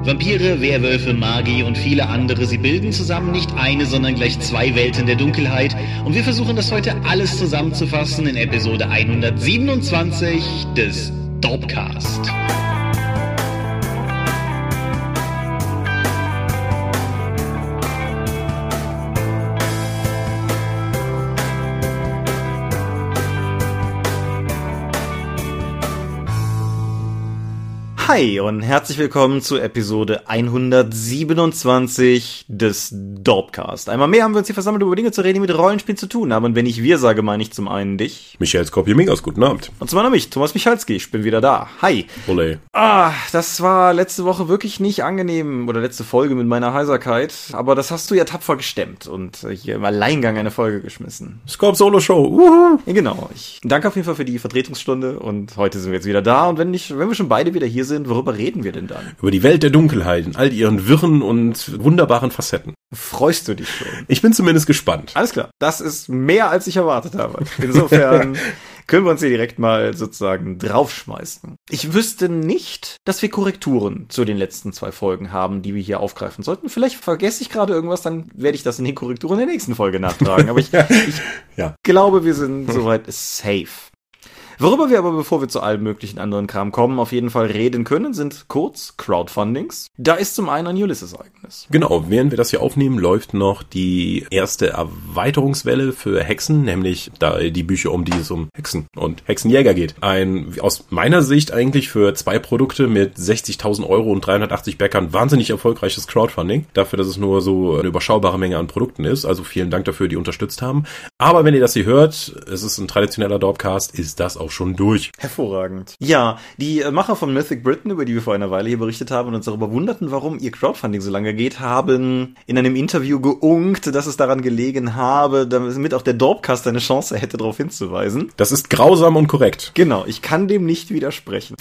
Vampire, Werwölfe, Magie und viele andere, sie bilden zusammen nicht eine, sondern gleich zwei Welten der Dunkelheit. Und wir versuchen das heute alles zusammenzufassen in Episode 127 des Dorpcast. Hi und herzlich willkommen zu Episode 127 des Dorpcast. Einmal mehr haben wir uns hier versammelt, über Dinge zu reden, die mit Rollenspielen zu tun haben. Und wenn ich wir sage, meine ich zum einen dich. Michael Skopje-Mingers, guten Abend. Und zum anderen mich, Thomas Michalski, ich bin wieder da. Hi. Olé. Das war letzte Woche wirklich nicht angenehm, oder letzte Folge mit meiner Heiserkeit. Aber das hast du ja tapfer gestemmt und hier im Alleingang eine Folge geschmissen. Skop-Solo-Show, uhu. Ja, genau. Ich danke auf jeden Fall für die Vertretungsstunde und heute sind wir jetzt wieder da. Und wenn wir schon beide wieder hier sind, worüber reden wir denn dann? Über die Welt der Dunkelheit in all ihren wirren und wunderbaren Facetten. Freust du dich schon? Ich bin zumindest gespannt. Alles klar. Das ist mehr, als ich erwartet habe. Insofern können wir uns hier direkt mal sozusagen draufschmeißen. Ich wüsste nicht, dass wir Korrekturen zu den letzten 2 Folgen haben, die wir hier aufgreifen sollten. Vielleicht vergesse ich gerade irgendwas, dann werde ich das in den Korrekturen der nächsten Folge nachtragen. Aber ich glaube, wir sind soweit safe. Worüber wir aber, bevor wir zu allem möglichen anderen Kram kommen, auf jeden Fall reden können, sind kurz Crowdfundings. Da ist zum einen ein Ulysses-Ereignis. Genau, während wir das hier aufnehmen, läuft noch die erste Erweiterungswelle für Hexen, nämlich da die Bücher, um die es um Hexen und Hexenjäger geht. Ein, aus meiner Sicht eigentlich für 2 Produkte mit 60.000 Euro und 380 Backern wahnsinnig erfolgreiches Crowdfunding. Dafür, dass es nur so eine überschaubare Menge an Produkten ist. Also vielen Dank dafür, die unterstützt haben. Aber wenn ihr das hier hört, es ist ein traditioneller Dorpcast, ist das auch schon durch. Hervorragend. Ja, die Macher von Mythic Britain, über die wir vor einer Weile hier berichtet haben und uns darüber wunderten, warum ihr Crowdfunding so lange geht, haben in einem Interview geunkt, dass es daran gelegen habe, damit auch der Dorpcast eine Chance hätte, darauf hinzuweisen. Das ist grausam und korrekt. Genau, ich kann dem nicht widersprechen.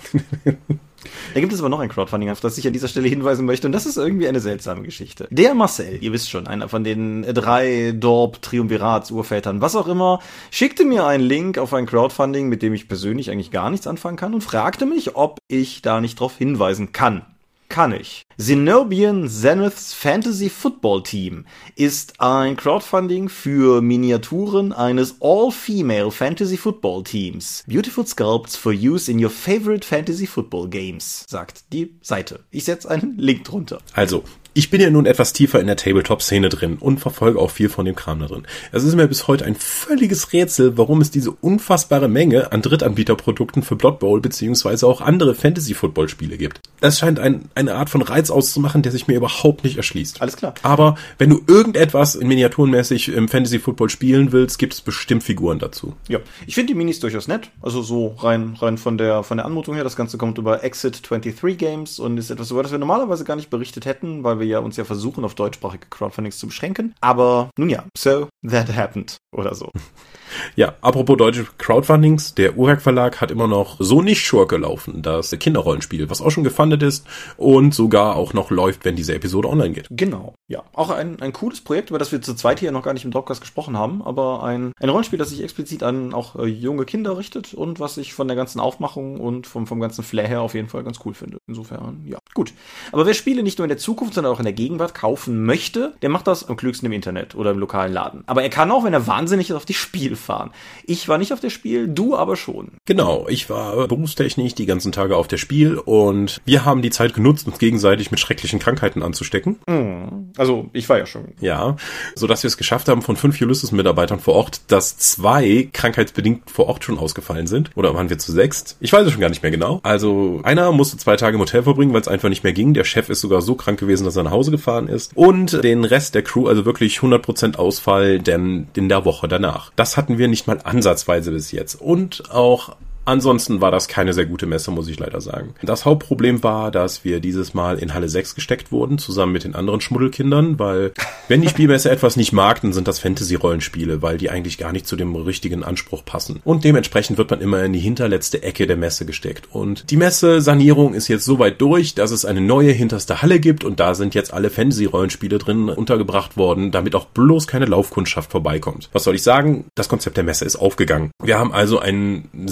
Da gibt es aber noch ein Crowdfunding, auf das ich an dieser Stelle hinweisen möchte, und das ist irgendwie eine seltsame Geschichte. Der Marcel, ihr wisst schon, einer von den 3 Dorp-Triumvirats-Urvätern, was auch immer, schickte mir einen Link auf ein Crowdfunding, mit dem ich persönlich eigentlich gar nichts anfangen kann, und fragte mich, ob ich da nicht drauf hinweisen kann. Kann ich. Zenobia Zenith's Fantasy Football Team ist ein Crowdfunding für Miniaturen eines All-Female Fantasy Football Teams. Beautiful Sculpts for use in your favorite Fantasy Football Games, sagt die Seite. Ich setze einen Link drunter. Also, ich bin ja nun etwas tiefer in der Tabletop-Szene drin und verfolge auch viel von dem Kram da drin. Es ist mir bis heute ein völliges Rätsel, warum es diese unfassbare Menge an Drittanbieterprodukten für Blood Bowl beziehungsweise auch andere Fantasy-Football-Spiele gibt. Das scheint eine Art von Reiz auszumachen, der sich mir überhaupt nicht erschließt. Alles klar. Aber wenn du irgendetwas in miniaturenmäßig im Fantasy-Football spielen willst, gibt es bestimmt Figuren dazu. Ja, ich finde die Minis durchaus nett. Also so rein von der Anmutung her. Das Ganze kommt über Exit 23 Games und ist etwas, über das wir normalerweise gar nicht berichtet hätten, weil wir uns versuchen, auf deutschsprachige Crowdfundings zu beschränken. Aber nun ja, so that happened oder so. Ja, apropos deutsche Crowdfundings, der Uhrwerk Verlag hat immer noch So nicht Schurke laufen, das Kinderrollenspiel, was auch schon gefundet ist und sogar auch noch läuft, wenn diese Episode online geht. Genau, ja. Auch ein cooles Projekt, über das wir zu zweit hier noch gar nicht im Dorpcast gesprochen haben, aber ein Rollenspiel, das sich explizit an auch junge Kinder richtet und was ich von der ganzen Aufmachung und vom ganzen Flair her auf jeden Fall ganz cool finde. Insofern, ja, gut. Aber wer Spiele nicht nur in der Zukunft, sondern auch in der Gegenwart kaufen möchte, der macht das am klügsten im Internet oder im lokalen Laden. Aber er kann auch, wenn er wahnsinnig ist, auf die Spiel fahren. Ich war nicht auf der Spiel, du aber schon. Genau, ich war berufstechnisch die ganzen Tage auf der Spiel und wir haben die Zeit genutzt, uns gegenseitig mit schrecklichen Krankheiten anzustecken. Also, ich war ja schon. Ja, sodass wir es geschafft haben, von 5 Ulysses-Mitarbeitern vor Ort, dass 2 krankheitsbedingt vor Ort schon ausgefallen sind. Oder waren wir zu 6? Ich weiß es schon gar nicht mehr genau. Also, einer musste 2 Tage im Hotel verbringen, weil es einfach nicht mehr ging. Der Chef ist sogar so krank gewesen, dass er nach Hause gefahren ist. Und den Rest der Crew, also wirklich 100% Ausfall, denn in der Woche danach. Das hatten wir nicht mal ansatzweise bis jetzt. Und auch ansonsten war das keine sehr gute Messe, muss ich leider sagen. Das Hauptproblem war, dass wir dieses Mal in Halle 6 gesteckt wurden, zusammen mit den anderen Schmuddelkindern, weil wenn die Spielmesse etwas nicht mag, dann sind das Fantasy-Rollenspiele, weil die eigentlich gar nicht zu dem richtigen Anspruch passen. Und dementsprechend wird man immer in die hinterletzte Ecke der Messe gesteckt. Und die Messe-Sanierung ist jetzt so weit durch, dass es eine neue hinterste Halle gibt und da sind jetzt alle Fantasy-Rollenspiele drin untergebracht worden, damit auch bloß keine Laufkundschaft vorbeikommt. Was soll ich sagen? Das Konzept der Messe ist aufgegangen. Wir haben also einen sehr merkwürdigen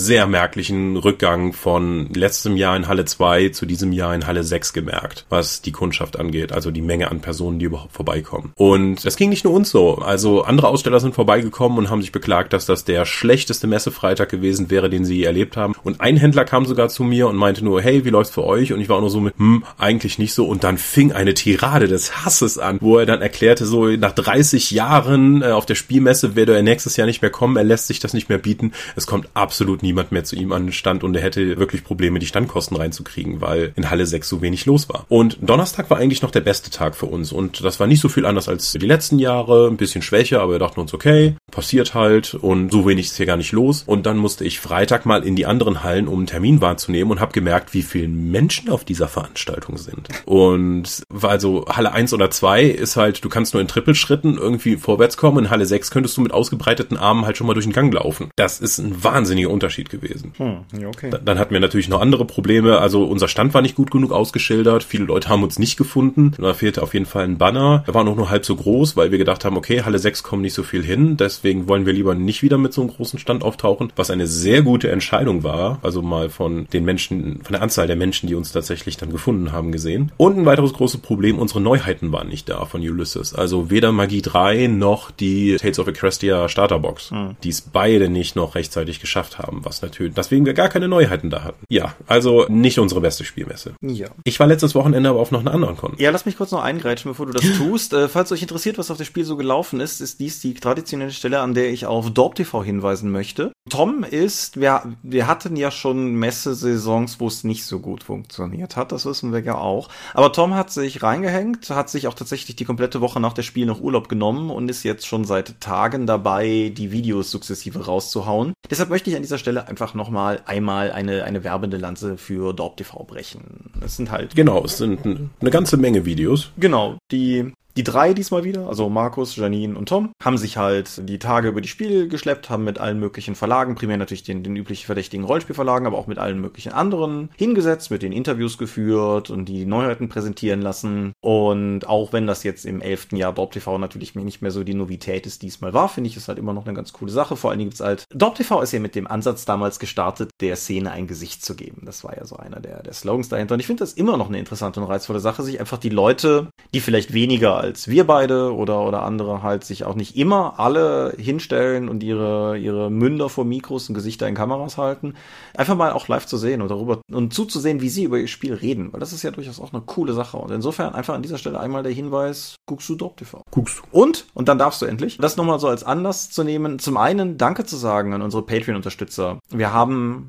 merklichen Rückgang von letztem Jahr in Halle 2 zu diesem Jahr in Halle 6 gemerkt, was die Kundschaft angeht, also die Menge an Personen, die überhaupt vorbeikommen. Und das ging nicht nur uns so. Also andere Aussteller sind vorbeigekommen und haben sich beklagt, dass das der schlechteste Messefreitag gewesen wäre, den sie je erlebt haben. Und ein Händler kam sogar zu mir und meinte nur, hey, wie läuft's für euch? Und ich war auch nur so mit, eigentlich nicht so. Und dann fing eine Tirade des Hasses an, wo er dann erklärte, so nach 30 Jahren auf der Spielmesse werde er nächstes Jahr nicht mehr kommen, er lässt sich das nicht mehr bieten. Es kommt absolut niemand mehr zu ihm an den Stand und er hätte wirklich Probleme, die Standkosten reinzukriegen, weil in Halle 6 so wenig los war. Und Donnerstag war eigentlich noch der beste Tag für uns und das war nicht so viel anders als die letzten Jahre, ein bisschen schwächer, aber wir dachten uns, okay, passiert halt und so wenig ist hier gar nicht los. Und dann musste ich Freitag mal in die anderen Hallen, um einen Termin wahrzunehmen und habe gemerkt, wie viele Menschen auf dieser Veranstaltung sind. Und also Halle 1 oder 2 ist halt, du kannst nur in Trippelschritten irgendwie vorwärts kommen. In Halle 6 könntest du mit ausgebreiteten Armen halt schon mal durch den Gang laufen. Das ist ein wahnsinniger Unterschied gewesen. Ja, okay. Dann hatten wir natürlich noch andere Probleme. Also unser Stand war nicht gut genug ausgeschildert. Viele Leute haben uns nicht gefunden. Da fehlte auf jeden Fall ein Banner. Er war noch nur halb so groß, weil wir gedacht haben, okay, Halle 6 kommt nicht so viel hin. Deswegen wollen wir lieber nicht wieder mit so einem großen Stand auftauchen. Was eine sehr gute Entscheidung war. Also mal von den Menschen, von der Anzahl der Menschen, die uns tatsächlich dann gefunden haben, gesehen. Und ein weiteres großes Problem, unsere Neuheiten waren nicht da von Ulysses. Also weder Magie 3 noch die Tales of Equestria Starterbox. Die es beide nicht noch rechtzeitig geschafft haben, was natürlich, deswegen wir gar keine Neuheiten da hatten. Ja, also nicht unsere beste Spielmesse. Ja. Ich war letztes Wochenende aber auf noch einer anderen Con. Ja, lass mich kurz noch eingrätschen, bevor du das tust. Falls euch interessiert, was auf das Spiel so gelaufen ist, ist dies die traditionelle Stelle, an der ich auf Dorp TV hinweisen möchte. Tom ist, wir hatten ja schon Messesaisons, wo es nicht so gut funktioniert hat, das wissen wir ja auch. Aber Tom hat sich reingehängt, hat sich auch tatsächlich die komplette Woche nach der Spiel noch Urlaub genommen und ist jetzt schon seit Tagen dabei, die Videos sukzessive rauszuhauen. Deshalb möchte ich an dieser Stelle einfach nochmal einmal eine werbende Lanze für Dorp TV brechen. Es sind halt... Genau, es sind eine ganze Menge Videos. Genau, die drei diesmal wieder, also Markus, Janine und Tom, haben sich halt die Tage über die Spiele geschleppt, haben mit allen möglichen Verlagen, primär natürlich den üblichen verdächtigen Rollenspielverlagen, aber auch mit allen möglichen anderen hingesetzt, mit den Interviews geführt und die Neuheiten präsentieren lassen. Und auch wenn das jetzt im 11. Jahr Dorp TV natürlich nicht mehr so die Novität ist, diesmal war, finde ich es halt immer noch eine ganz coole Sache. Vor allen Dingen gibt's halt, Dorp TV ist ja mit dem Ansatz damals gestartet, der Szene ein Gesicht zu geben. Das war ja so einer der Slogans dahinter. Und ich finde das immer noch eine interessante und reizvolle Sache, sich einfach die Leute, die vielleicht weniger als wir beide oder andere halt sich auch nicht immer alle hinstellen und ihre Münder vor Mikros und Gesichter in Kameras halten, einfach mal auch live zu sehen und darüber und zuzusehen, wie sie über ihr Spiel reden, weil das ist ja durchaus auch eine coole Sache und insofern einfach an dieser Stelle einmal der Hinweis, guckst du Dorp TV. Guckst du. Und dann darfst du endlich, das nochmal so als Anlass zu nehmen, zum einen Danke zu sagen an unsere Patreon-Unterstützer. Wir haben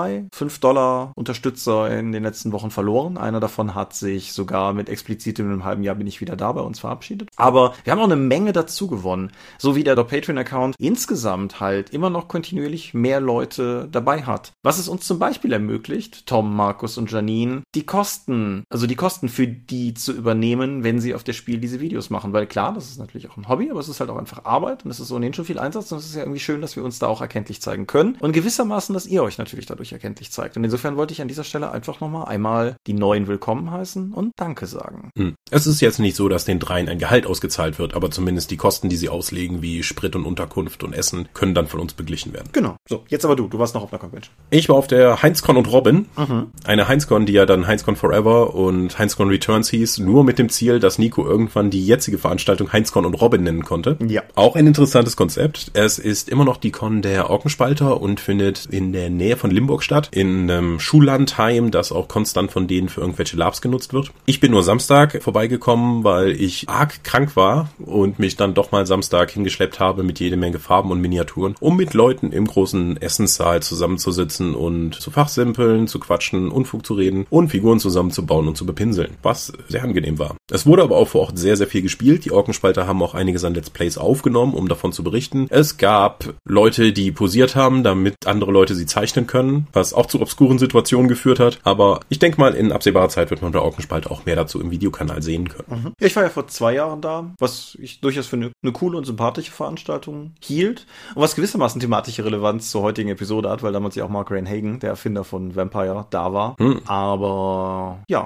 5$ Unterstützer in den letzten Wochen verloren. Einer davon hat sich sogar mit explizit in einem halben Jahr bin ich wieder da bei uns verabschiedet. Aber wir haben auch eine Menge dazu gewonnen. So wie der Patreon-Account insgesamt halt immer noch kontinuierlich mehr Leute dabei hat. Was es uns zum Beispiel ermöglicht, Tom, Markus und Janine, die Kosten für die zu übernehmen, wenn sie auf der Spiel diese Videos machen. Weil klar, das ist natürlich auch ein Hobby, aber es ist halt auch einfach Arbeit und es ist ohnehin schon viel Einsatz und es ist ja irgendwie schön, dass wir uns da auch erkenntlich zeigen können. Und gewissermaßen, dass ihr euch natürlich dadurch erkenntlich zeigt. Und insofern wollte ich an dieser Stelle einfach nochmal einmal die Neuen willkommen heißen und Danke sagen. Es ist jetzt nicht so, dass den dreien ein Gehalt ausgezahlt wird, aber zumindest die Kosten, die sie auslegen, wie Sprit und Unterkunft und Essen, können dann von uns beglichen werden. Genau. So, jetzt aber du warst noch auf einer Convention. Ich war auf der Heinzcon und Robin. Eine Heinzcon, die ja dann Heinzcon Forever und Heinzcon Returns hieß, nur mit dem Ziel, dass Nico irgendwann die jetzige Veranstaltung Heinzcon und Robin nennen konnte. Ja. Auch ein interessantes Konzept. Es ist immer noch die Con der Orkenspalter und findet in der Nähe von Limburg statt, in einem Schullandheim, das auch konstant von denen für irgendwelche Labs genutzt wird. Ich bin nur Samstag vorbeigekommen, weil ich arg krank war und mich dann doch mal Samstag hingeschleppt habe mit jede Menge Farben und Miniaturen, um mit Leuten im großen Essenssaal zusammenzusitzen und zu fachsimpeln, zu quatschen, Unfug zu reden und Figuren zusammenzubauen und zu bepinseln, was sehr angenehm war. Es wurde aber auch vor Ort sehr, sehr viel gespielt. Die Orkenspalter haben auch einiges an Let's Plays aufgenommen, um davon zu berichten. Es gab Leute, die posiert haben, damit andere Leute sie zeichnen können, was auch zu obskuren Situationen geführt hat. Aber ich denke mal, in absehbarer Zeit wird man bei Orkenspalter auch mehr dazu im Videokanal sehen können. Ja, ich war ja vor 2 Jahren da, was ich durchaus für eine coole und sympathische Veranstaltung hielt und was gewissermaßen thematische Relevanz zur heutigen Episode hat, weil damals ja auch Mark Rein-Hagen, der Erfinder von Vampire, da war. Aber ja.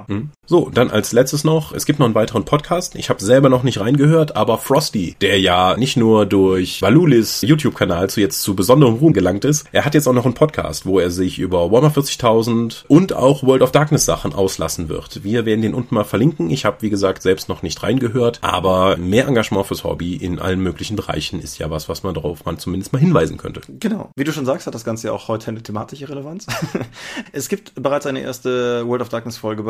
So, dann als letztes noch, es gibt noch einen weiteren Podcast. Ich habe selber noch nicht reingehört, aber Frosty, der ja nicht nur durch Valulis YouTube-Kanal zu besonderem Ruhm gelangt ist, er hat jetzt auch noch einen Podcast, wo er sich über Warhammer 40.000 und auch World of Darkness Sachen auslassen wird. Wir werden den unten mal verlinken. Ich habe, wie gesagt, selbst noch nicht reingehört, aber mehr Engagement fürs Hobby in allen möglichen Bereichen ist ja was man zumindest mal hinweisen könnte. Genau. Wie du schon sagst, hat das Ganze ja auch heute eine thematische Relevanz. Es gibt bereits eine erste World of Darkness Folge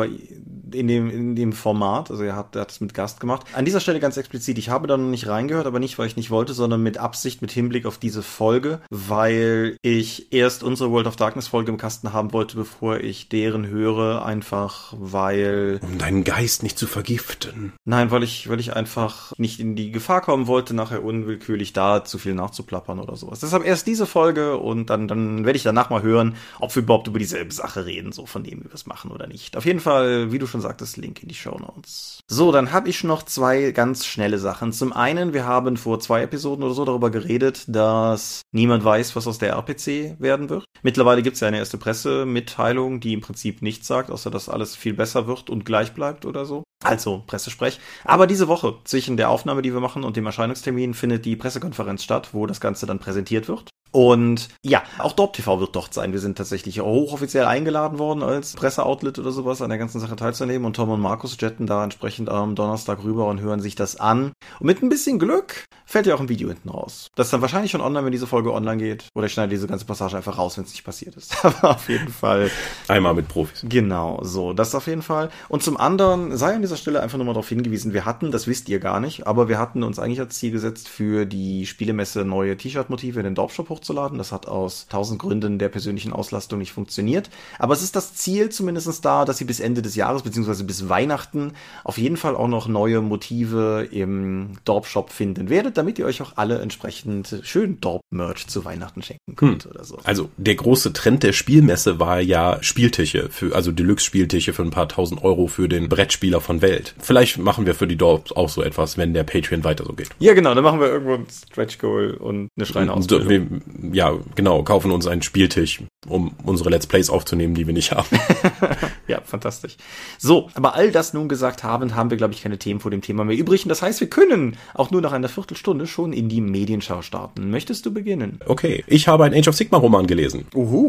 in dem Format, also er hat es mit Gast gemacht. An dieser Stelle ganz explizit, ich habe da noch nicht reingehört, aber nicht, weil ich nicht wollte, sondern mit Absicht, mit Hinblick auf diese Folge, weil ich erst unsere World of Darkness Folge im Kasten haben wollte, bevor ich deren höre, einfach weil... Um deinen Geist nicht zu vergiften. Nein, weil ich einfach nicht in die Gefahr kommen wollte, nachher unwillkürlich da zu viel nachzuplappern oder sowas. Deshalb erst diese Folge und dann werde ich danach mal hören, ob wir überhaupt über dieselbe Sache reden, so von dem, wie wir es machen oder nicht. Auf jeden Fall, wie du schon sagtest, Link in die Shownotes. So, dann habe ich noch 2 ganz schnelle Sachen. Zum einen, wir haben vor 2 Episoden oder so darüber geredet, dass niemand weiß, was aus der RPC werden wird. Mittlerweile gibt es ja eine erste Pressemitteilung, die im Prinzip nichts sagt, außer dass alles viel besser wird und gleich bleibt oder so. Also Pressesprech. Aber diese Woche, zwischen der Aufnahme, die wir machen und dem Erscheinungstermin, findet die Pressekonferenz statt, wo das Ganze dann präsentiert wird. Und ja, auch Dorp TV wird dort sein. Wir sind tatsächlich hochoffiziell eingeladen worden, als Presseoutlet oder sowas an der ganzen Sache teilzunehmen. Und Tom und Markus jetten da entsprechend am Donnerstag rüber und hören sich das an. Und mit ein bisschen Glück fällt ja auch ein Video hinten raus. Das ist dann wahrscheinlich schon online, wenn diese Folge online geht. Oder ich schneide diese ganze Passage einfach raus, wenn es nicht passiert ist. Aber auf jeden Fall. Einmal mit Profis. Genau, so, das auf jeden Fall. Und zum anderen sei an dieser Stelle einfach nur mal darauf hingewiesen, wir hatten, das wisst ihr gar nicht, aber wir hatten uns eigentlich als Ziel gesetzt, für die Spielemesse neue T-Shirt-Motive in den Dorpshop hochzuladen. Das hat aus 1000 Gründen der persönlichen Auslastung nicht funktioniert. Aber es ist das Ziel zumindest da, dass ihr bis Ende des Jahres, beziehungsweise bis Weihnachten, auf jeden Fall auch noch neue Motive im Dorpshop finden werdet, damit ihr euch auch alle entsprechend schön Dorp-Merch zu Weihnachten schenken könnt oder so. Also der große Trend der Spielmesse war ja Spieltische, also Deluxe-Spieltische für ein paar 1000 Euro für den Brettspieler von Welt. Vielleicht machen wir für die Dorps auch so etwas, wenn der Patreon weiter so geht. Ja, genau, dann machen wir irgendwo ein Stretch Goal und eine Schreinausbildung. Ja, genau, kaufen uns einen Spieltisch, um unsere Let's Plays aufzunehmen, die wir nicht haben. Ja, fantastisch. So, aber all das nun gesagt haben wir, glaube ich, keine Themen vor dem Thema mehr übrig. Und das heißt, wir können auch nur nach einer Viertelstunde schon in die Medienschau starten. Möchtest du beginnen? Okay, ich habe einen Age of Sigmar Roman gelesen.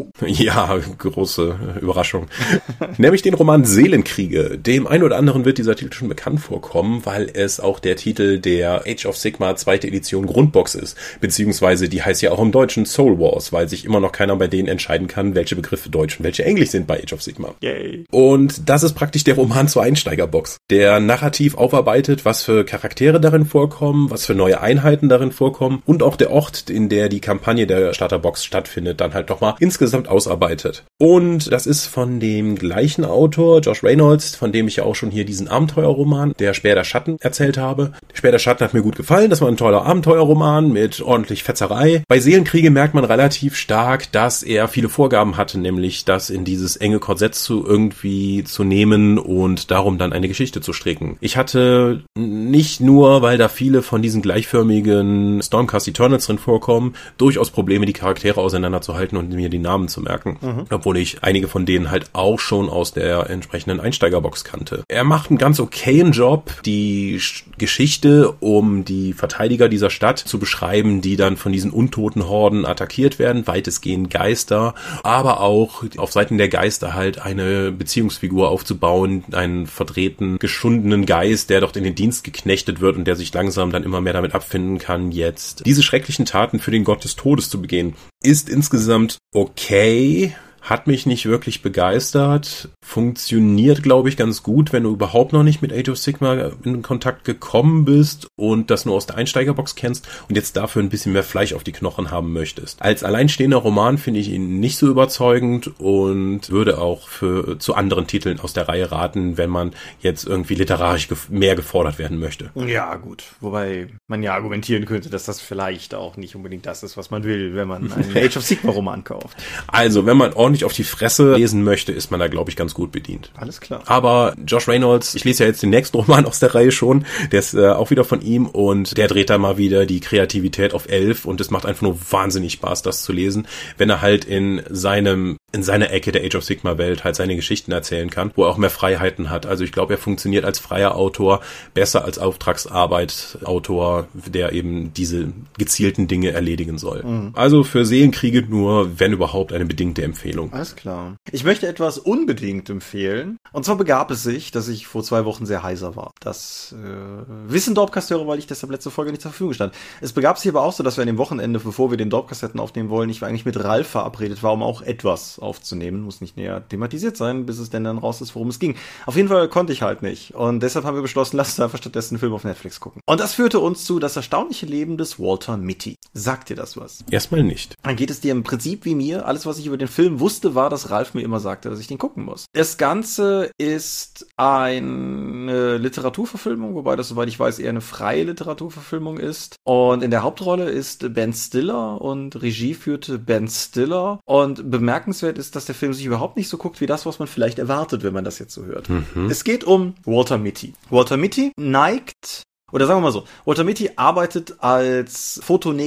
Ja, große Überraschung. Nämlich den Roman Seelenkriege. Dem einen oder anderen wird dieser Titel schon bekannt vorkommen, weil es auch der Titel der Age of Sigmar 2. Edition Grundbox ist. Beziehungsweise die heißt ja auch im Deutschen Soul Wars, weil sich immer noch keiner bei denen entscheiden kann, welche Begriffe Deutsch und welche Englisch sind bei Age of Sigmar. Yay. Und das ist praktisch der Roman zur Einsteigerbox, der narrativ aufarbeitet, was für Charaktere darin vorkommen, was für neue Einheiten darin vorkommen und auch der Ort, in der die Kampagne der Starterbox stattfindet, dann halt nochmal insgesamt ausarbeitet. Und das ist von dem gleichen Autor, Josh Reynolds, von dem ich ja auch schon hier diesen Abenteuerroman, der Speer der Schatten, erzählt habe. Der Speer der Schatten hat mir gut gefallen, das war ein toller Abenteuerroman mit ordentlich Fetzerei. Bei Seelenkriege merkt man relativ stark, dass er viele Vorgaben hatte, nämlich das in dieses enge Korsett irgendwie zu nehmen und darum dann eine Geschichte zu stricken. Ich hatte nicht nur, weil da viele von diesen gleichförmigen Stormcast Eternals drin vorkommen, durchaus Probleme, die Charaktere auseinanderzuhalten und mir die Namen zu merken. Obwohl ich einige von denen halt auch schon aus der entsprechenden Einsteigerbox kannte. Er macht einen ganz okayen Job, die Geschichte um die Verteidiger dieser Stadt zu beschreiben, die dann von diesen untoten Horden attackiert werden, weitestgehend Geister, aber auch auf Seiten der Geister halt eine Beziehungsfigur aufzubauen, einen verdrehten, geschundenen Geist, der dort in den Dienst geknechtet wird und der sich langsam dann immer mehr damit abfinden kann, jetzt diese schrecklichen Taten für den Gott des Todes zu begehen. Ist insgesamt okay, hat mich nicht wirklich begeistert, funktioniert, glaube ich, ganz gut, wenn du überhaupt noch nicht mit Age of Sigmar in Kontakt gekommen bist und das nur aus der Einsteigerbox kennst und jetzt dafür ein bisschen mehr Fleisch auf die Knochen haben möchtest. Als alleinstehender Roman finde ich ihn nicht so überzeugend und würde auch zu anderen Titeln aus der Reihe raten, wenn man jetzt irgendwie literarisch mehr gefordert werden möchte. Ja, gut. Wobei man ja argumentieren könnte, dass das vielleicht auch nicht unbedingt das ist, was man will, wenn man einen Age of Sigmar Roman kauft. Also, wenn man ordentlich auf die Fresse lesen möchte, ist man da, glaube ich, ganz gut bedient. Alles klar. Aber Josh Reynolds, ich lese ja jetzt den nächsten Roman aus der Reihe schon, der ist auch wieder von ihm und der dreht da mal wieder die Kreativität auf 11 und es macht einfach nur wahnsinnig Spaß, das zu lesen, wenn er halt in seinem in seiner Ecke der Age of Sigmar Welt halt seine Geschichten erzählen kann, wo er auch mehr Freiheiten hat. Also ich glaube, er funktioniert als freier Autor besser als Auftragsarbeit-Autor, der eben diese gezielten Dinge erledigen soll. Also für Seelenkriege nur, wenn überhaupt, eine bedingte Empfehlung. Alles klar. Ich möchte etwas unbedingt empfehlen. Und zwar begab es sich, dass ich vor 2 Wochen sehr heiser war. Das wissen Dorpcast-Hörer, weil ich deshalb letzte Folge nicht zur Verfügung stand. Es begab sich aber auch so, dass wir an dem Wochenende, bevor wir den Dorpcast hätten aufnehmen wollen, ich war eigentlich mit Ralf verabredet war, um auch etwas aufzunehmen. Muss nicht näher thematisiert sein, bis es denn dann raus ist, worum es ging. Auf jeden Fall konnte ich halt nicht. Und deshalb haben wir beschlossen, lasst uns einfach stattdessen einen Film auf Netflix gucken. Und das führte uns zu Das erstaunliche Leben des Walter Mitty. Sagt dir das was? Erstmal nicht. Dann geht es dir im Prinzip wie mir. Alles, was ich über den Film wusste, war, dass Ralf mir immer sagte, dass ich den gucken muss. Das Ganze ist eine Literaturverfilmung, wobei das, soweit ich weiß, eher eine freie Literaturverfilmung ist. Und in der Hauptrolle ist Ben Stiller und Regie führte Ben Stiller. Und bemerkenswert ist, dass der Film sich überhaupt nicht so guckt wie das, was man vielleicht erwartet, wenn man das jetzt so hört. Es geht um Walter Mitty. Walter Mitty neigt... Oder sagen wir mal so, Walter Mitty arbeitet als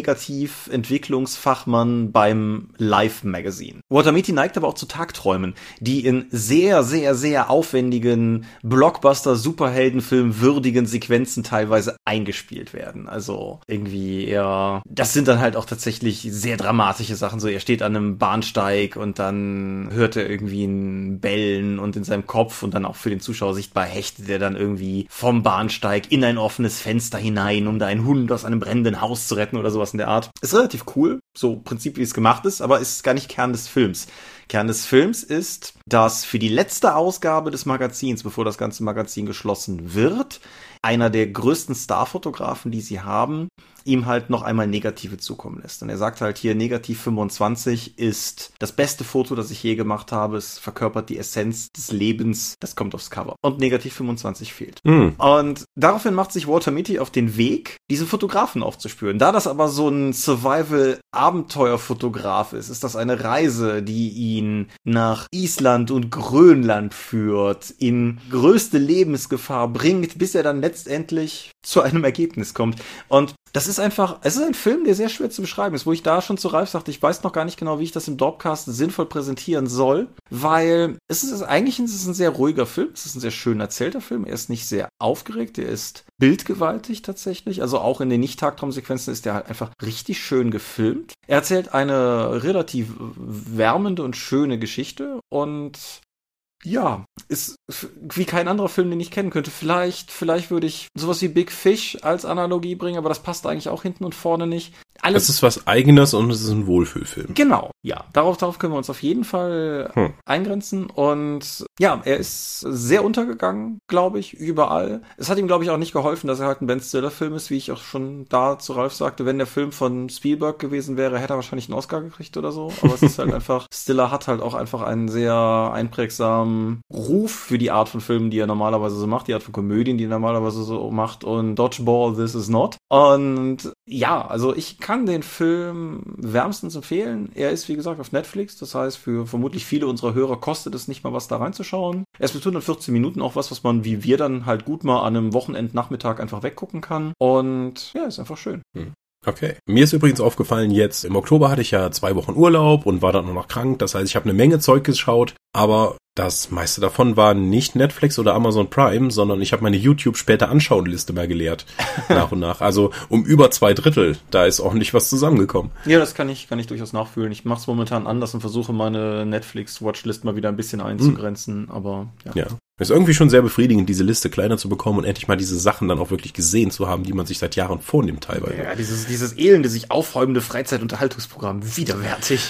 Fotonegativ-Entwicklungsfachmann beim Life Magazine. Walter Mitty neigt aber auch zu Tagträumen, die in sehr, sehr, sehr aufwendigen Blockbuster-Superheldenfilm würdigen Sequenzen teilweise eingespielt werden. Also irgendwie eher, das sind dann halt auch tatsächlich sehr dramatische Sachen. So, er steht an einem Bahnsteig und dann hört er irgendwie ein Bellen und in seinem Kopf und dann auch für den Zuschauer sichtbar hechtet er dann irgendwie vom Bahnsteig in ein offenes Fenster hinein, um da einen Hund aus einem brennenden Haus zu retten oder sowas in der Art. Ist relativ cool, so im Prinzip, wie es gemacht ist, aber ist gar nicht Kern des Films. Kern des Films ist, dass für die letzte Ausgabe des Magazins, bevor das ganze Magazin geschlossen wird, einer der größten Starfotografen, die sie haben, ihm halt noch einmal Negative zukommen lässt. Und er sagt halt hier, Negativ 25 ist das beste Foto, das ich je gemacht habe. Es verkörpert die Essenz des Lebens. Das kommt aufs Cover. Und Negativ 25 fehlt. Und daraufhin macht sich Walter Mitty auf den Weg, diesen Fotografen aufzuspüren. Da das aber so ein Survival-Abenteuerfotograf ist, ist das eine Reise, die ihn nach Island und Grönland führt, in größte Lebensgefahr bringt, bis er dann letztendlich zu einem Ergebnis kommt. Und das ist einfach, es ist ein Film, der sehr schwer zu beschreiben ist, wo ich da schon zu Ralf sagte, ich weiß noch gar nicht genau, wie ich das im Dorpcast sinnvoll präsentieren soll, weil es ist ein sehr ruhiger Film, es ist ein sehr schön erzählter Film, er ist nicht sehr aufgeregt, er ist bildgewaltig tatsächlich, also auch in den Nicht-Tagtraumsequenzen ist er halt einfach richtig schön gefilmt. Er erzählt eine relativ wärmende und schöne Geschichte und ja, ist wie kein anderer Film, den ich kennen könnte. Vielleicht würde ich sowas wie Big Fish als Analogie bringen, aber das passt eigentlich auch hinten und vorne nicht. Es ist was Eigenes und es ist ein Wohlfühlfilm. Genau, ja. Darauf können wir uns auf jeden Fall eingrenzen. Und ja, er ist sehr untergegangen, glaube ich, überall. Es hat ihm, glaube ich, auch nicht geholfen, dass er halt ein Ben Stiller-Film ist, wie ich auch schon da zu Ralf sagte. Wenn der Film von Spielberg gewesen wäre, hätte er wahrscheinlich einen Oscar gekriegt oder so. Aber es ist halt einfach, Stiller hat halt auch einfach einen sehr einprägsamen Ruf für die Art von Filmen, die er normalerweise so macht, die Art von Komödien, die er normalerweise so macht, und Dodgeball, This Is Not. Und ja, also ich kann den Film wärmstens empfehlen. Er ist, wie gesagt, auf Netflix. Das heißt, für vermutlich viele unserer Hörer kostet es nicht mal was, da reinzuschauen. Er ist mit 114 Minuten auch was man wie wir dann halt gut mal an einem Wochenendnachmittag einfach weggucken kann. Und ja, ist einfach schön. Okay. Mir ist übrigens aufgefallen, jetzt im Oktober hatte ich ja 2 Wochen Urlaub und war dann nur noch krank. Das heißt, ich habe eine Menge Zeug geschaut, aber das meiste davon war nicht Netflix oder Amazon Prime, sondern ich habe meine YouTube-Später-Anschauen-Liste mal geleert, nach und nach. Also um über 2/3, da ist ordentlich was zusammengekommen. Ja, das kann ich durchaus nachfühlen. Ich mache es momentan anders und versuche meine Netflix-Watchlist mal wieder ein bisschen einzugrenzen, aber ja. Ist irgendwie schon sehr befriedigend, diese Liste kleiner zu bekommen und endlich mal diese Sachen dann auch wirklich gesehen zu haben, die man sich seit Jahren vornimmt teilweise. Ja, dieses elende, sich aufräumende Freizeitunterhaltungsprogramm, widerwärtig.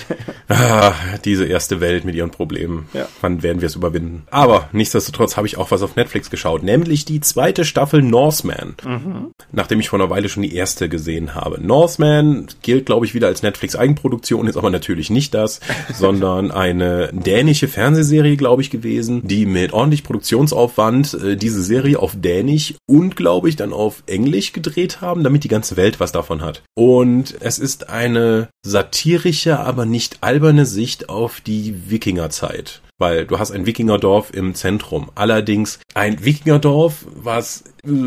Diese erste Welt mit ihren Problemen. Ja. Wann werden wir es überwinden? Aber nichtsdestotrotz habe ich auch was auf Netflix geschaut, nämlich die 2. Staffel Northman. Nachdem ich vor einer Weile schon die erste gesehen habe. Northman gilt, glaube ich, wieder als Netflix-Eigenproduktion, ist aber natürlich nicht das, sondern eine dänische Fernsehserie, glaube ich, gewesen, die mit ordentlich Produktionsaufwand diese Serie auf Dänisch und, glaube ich, dann auf Englisch gedreht haben, damit die ganze Welt was davon hat. Und es ist eine satirische, aber nicht alberne Sicht auf die Wikingerzeit. weil du hast ein Wikingerdorf im Zentrum. Allerdings ein Wikingerdorf, was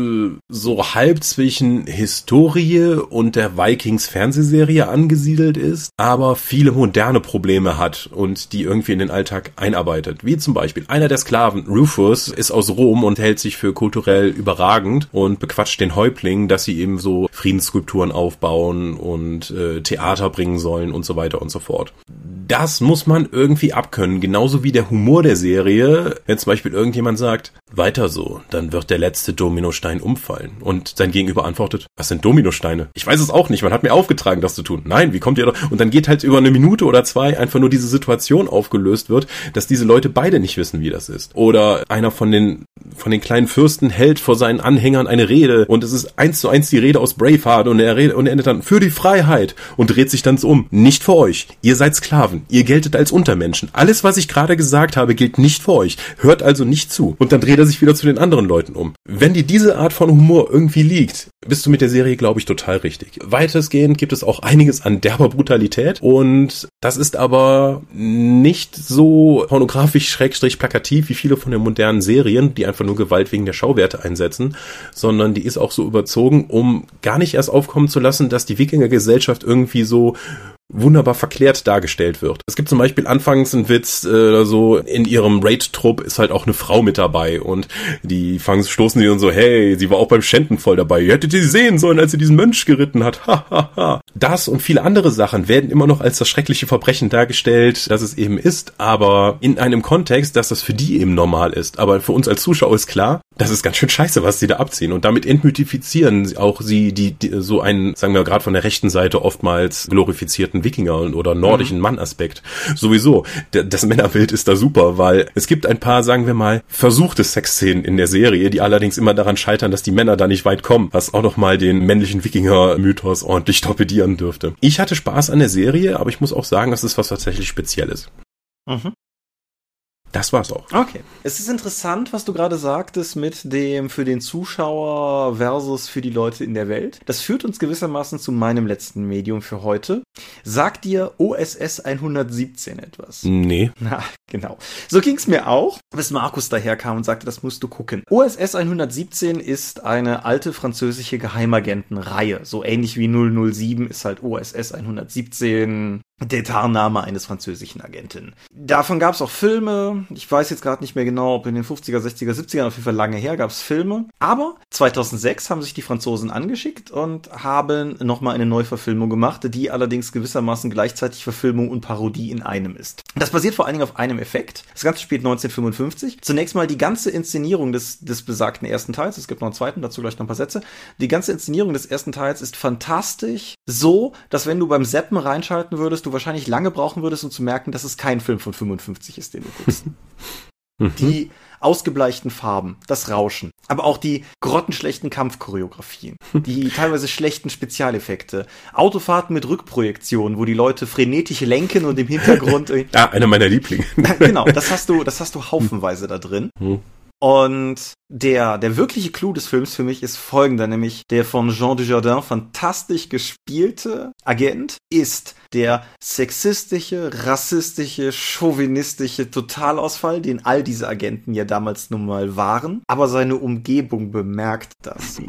so halb zwischen Historie und der Vikings-Fernsehserie angesiedelt ist, aber viele moderne Probleme hat und die irgendwie in den Alltag einarbeitet. Wie zum Beispiel einer der Sklaven, Rufus, ist aus Rom und hält sich für kulturell überragend und bequatscht den Häuptling, dass sie eben so Friedensskulpturen aufbauen und Theater bringen sollen und so weiter und so fort. Das muss man irgendwie abkönnen, genauso wie der Humor der Serie. Wenn zum Beispiel irgendjemand sagt, weiter so, dann wird der letzte Dominostein umfallen. Und sein Gegenüber antwortet, was sind Dominosteine? Ich weiß es auch nicht, man hat mir aufgetragen, das zu tun. Nein, wie kommt ihr doch? Und dann geht halt über eine Minute oder zwei einfach nur diese Situation aufgelöst wird, dass diese Leute beide nicht wissen, wie das ist. Oder einer von den kleinen Fürsten hält vor seinen Anhängern eine Rede und es ist 1:1 die Rede aus Braveheart und er endet dann für die Freiheit und dreht sich dann so um. Nicht für euch. Ihr seid Sklaven. Ihr geltet als Untermenschen. Alles, was ich gerade gesagt habe, gilt nicht für euch. Hört also nicht zu. Und dann dreht er sich wieder zu den anderen Leuten um. Wenn dir diese Art von Humor irgendwie liegt, bist du mit der Serie, glaube ich, total richtig. Weitestgehend gibt es auch einiges an derber Brutalität und das ist aber nicht so pornografisch-plakativ wie viele von den modernen Serien, die einfach nur Gewalt wegen der Schauwerte einsetzen, sondern die ist auch so überzogen, um gar nicht erst aufkommen zu lassen, dass die Wikingergesellschaft irgendwie so wunderbar verklärt dargestellt wird. Es gibt zum Beispiel anfangs einen Witz, so in ihrem Raid-Trupp ist halt auch eine Frau mit dabei und die stoßen sie dann so, hey, sie war auch beim Schänden voll dabei. Ihr hättet sie sehen sollen, als sie diesen Mönch geritten hat. Das und viele andere Sachen werden immer noch als das schreckliche Verbrechen dargestellt, das es eben ist, aber in einem Kontext, dass das für die eben normal ist. Aber für uns als Zuschauer ist klar, das ist ganz schön scheiße, was sie da abziehen. Und damit entmythifizieren auch sie die so einen, sagen wir gerade von der rechten Seite oftmals glorifizierten Wikinger oder nordischen Mann-Aspekt. Sowieso, das Männerbild ist da super, weil es gibt ein paar, sagen wir mal, versuchte Sexszenen in der Serie, die allerdings immer daran scheitern, dass die Männer da nicht weit kommen, was auch nochmal den männlichen Wikinger-Mythos ordentlich torpedieren dürfte. Ich hatte Spaß an der Serie, aber ich muss auch sagen, das ist was tatsächlich Spezielles. Mhm. Das war's auch. Okay. Es ist interessant, was du gerade sagtest mit dem für den Zuschauer versus für die Leute in der Welt. Das führt uns gewissermaßen zu meinem letzten Medium für heute. Sagt dir OSS 117 etwas? Nee. Na, genau. So ging's mir auch, bis Markus daherkam und sagte, das musst du gucken. OSS 117 ist eine alte französische Geheimagentenreihe. So ähnlich wie 007 ist halt OSS 117 der Tarnname eines französischen Agenten. Davon gab es auch Filme. Ich weiß jetzt gerade nicht mehr genau, ob in den 50er, 60er, 70er, auf jeden Fall lange her, gab es Filme. Aber 2006 haben sich die Franzosen angeschickt und haben nochmal eine Neuverfilmung gemacht, die allerdings gewissermaßen gleichzeitig Verfilmung und Parodie in einem ist. Das basiert vor allen Dingen auf einem Effekt. Das Ganze spielt 1955. Zunächst mal die ganze Inszenierung des besagten ersten Teils. Es gibt noch einen zweiten, dazu gleich noch ein paar Sätze. Die ganze Inszenierung des ersten Teils ist fantastisch. So, dass wenn du beim Zappen reinschalten würdest, du wahrscheinlich lange brauchen würdest, um zu merken, dass es kein Film von 55 ist, den du guckst. Die ausgebleichten Farben, das Rauschen, aber auch die grottenschlechten Kampfchoreografien, die teilweise schlechten Spezialeffekte, Autofahrten mit Rückprojektionen, wo die Leute frenetisch lenken und im Hintergrund... einer meiner Lieblinge. Genau, das hast du haufenweise da drin. Und der wirkliche Clou des Films für mich ist folgender, nämlich der von Jean Dujardin fantastisch gespielte Agent ist der sexistische, rassistische, chauvinistische Totalausfall, den all diese Agenten ja damals nun mal waren, aber seine Umgebung bemerkt das.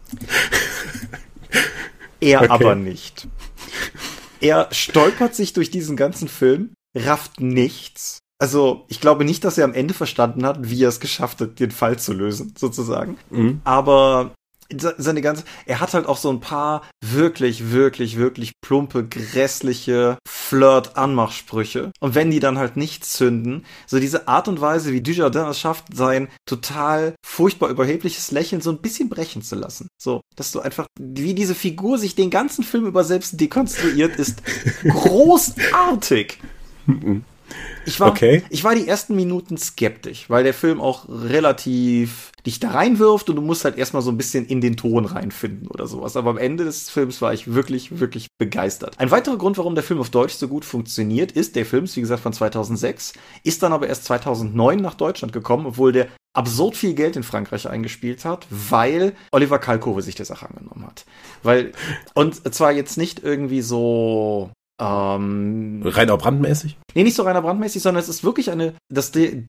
Er okay. Aber nicht. Er stolpert sich durch diesen ganzen Film, rafft nichts. Also, ich glaube nicht, dass er am Ende verstanden hat, wie er es geschafft hat, den Fall zu lösen, sozusagen. Mhm. Aber er hat halt auch so ein paar wirklich, wirklich, wirklich plumpe, grässliche Flirt-Anmachsprüche. Und wenn die dann halt nicht zünden, so diese Art und Weise, wie Dujardin es schafft, sein total furchtbar überhebliches Lächeln so ein bisschen brechen zu lassen. So, dass du einfach, wie diese Figur sich den ganzen Film über selbst dekonstruiert, ist großartig. Ich war die ersten Minuten skeptisch, weil der Film auch relativ dich da reinwirft und du musst halt erstmal so ein bisschen in den Ton reinfinden oder sowas. Aber am Ende des Films war ich wirklich, wirklich begeistert. Ein weiterer Grund, warum der Film auf Deutsch so gut funktioniert, ist, der Film ist, wie gesagt, von 2006, ist dann aber erst 2009 nach Deutschland gekommen, obwohl der absurd viel Geld in Frankreich eingespielt hat, weil Oliver Kalkofe sich der Sache angenommen hat. Und zwar jetzt nicht irgendwie so Reiner brandmäßig? Nee, nicht so reiner brandmäßig, sondern es ist wirklich das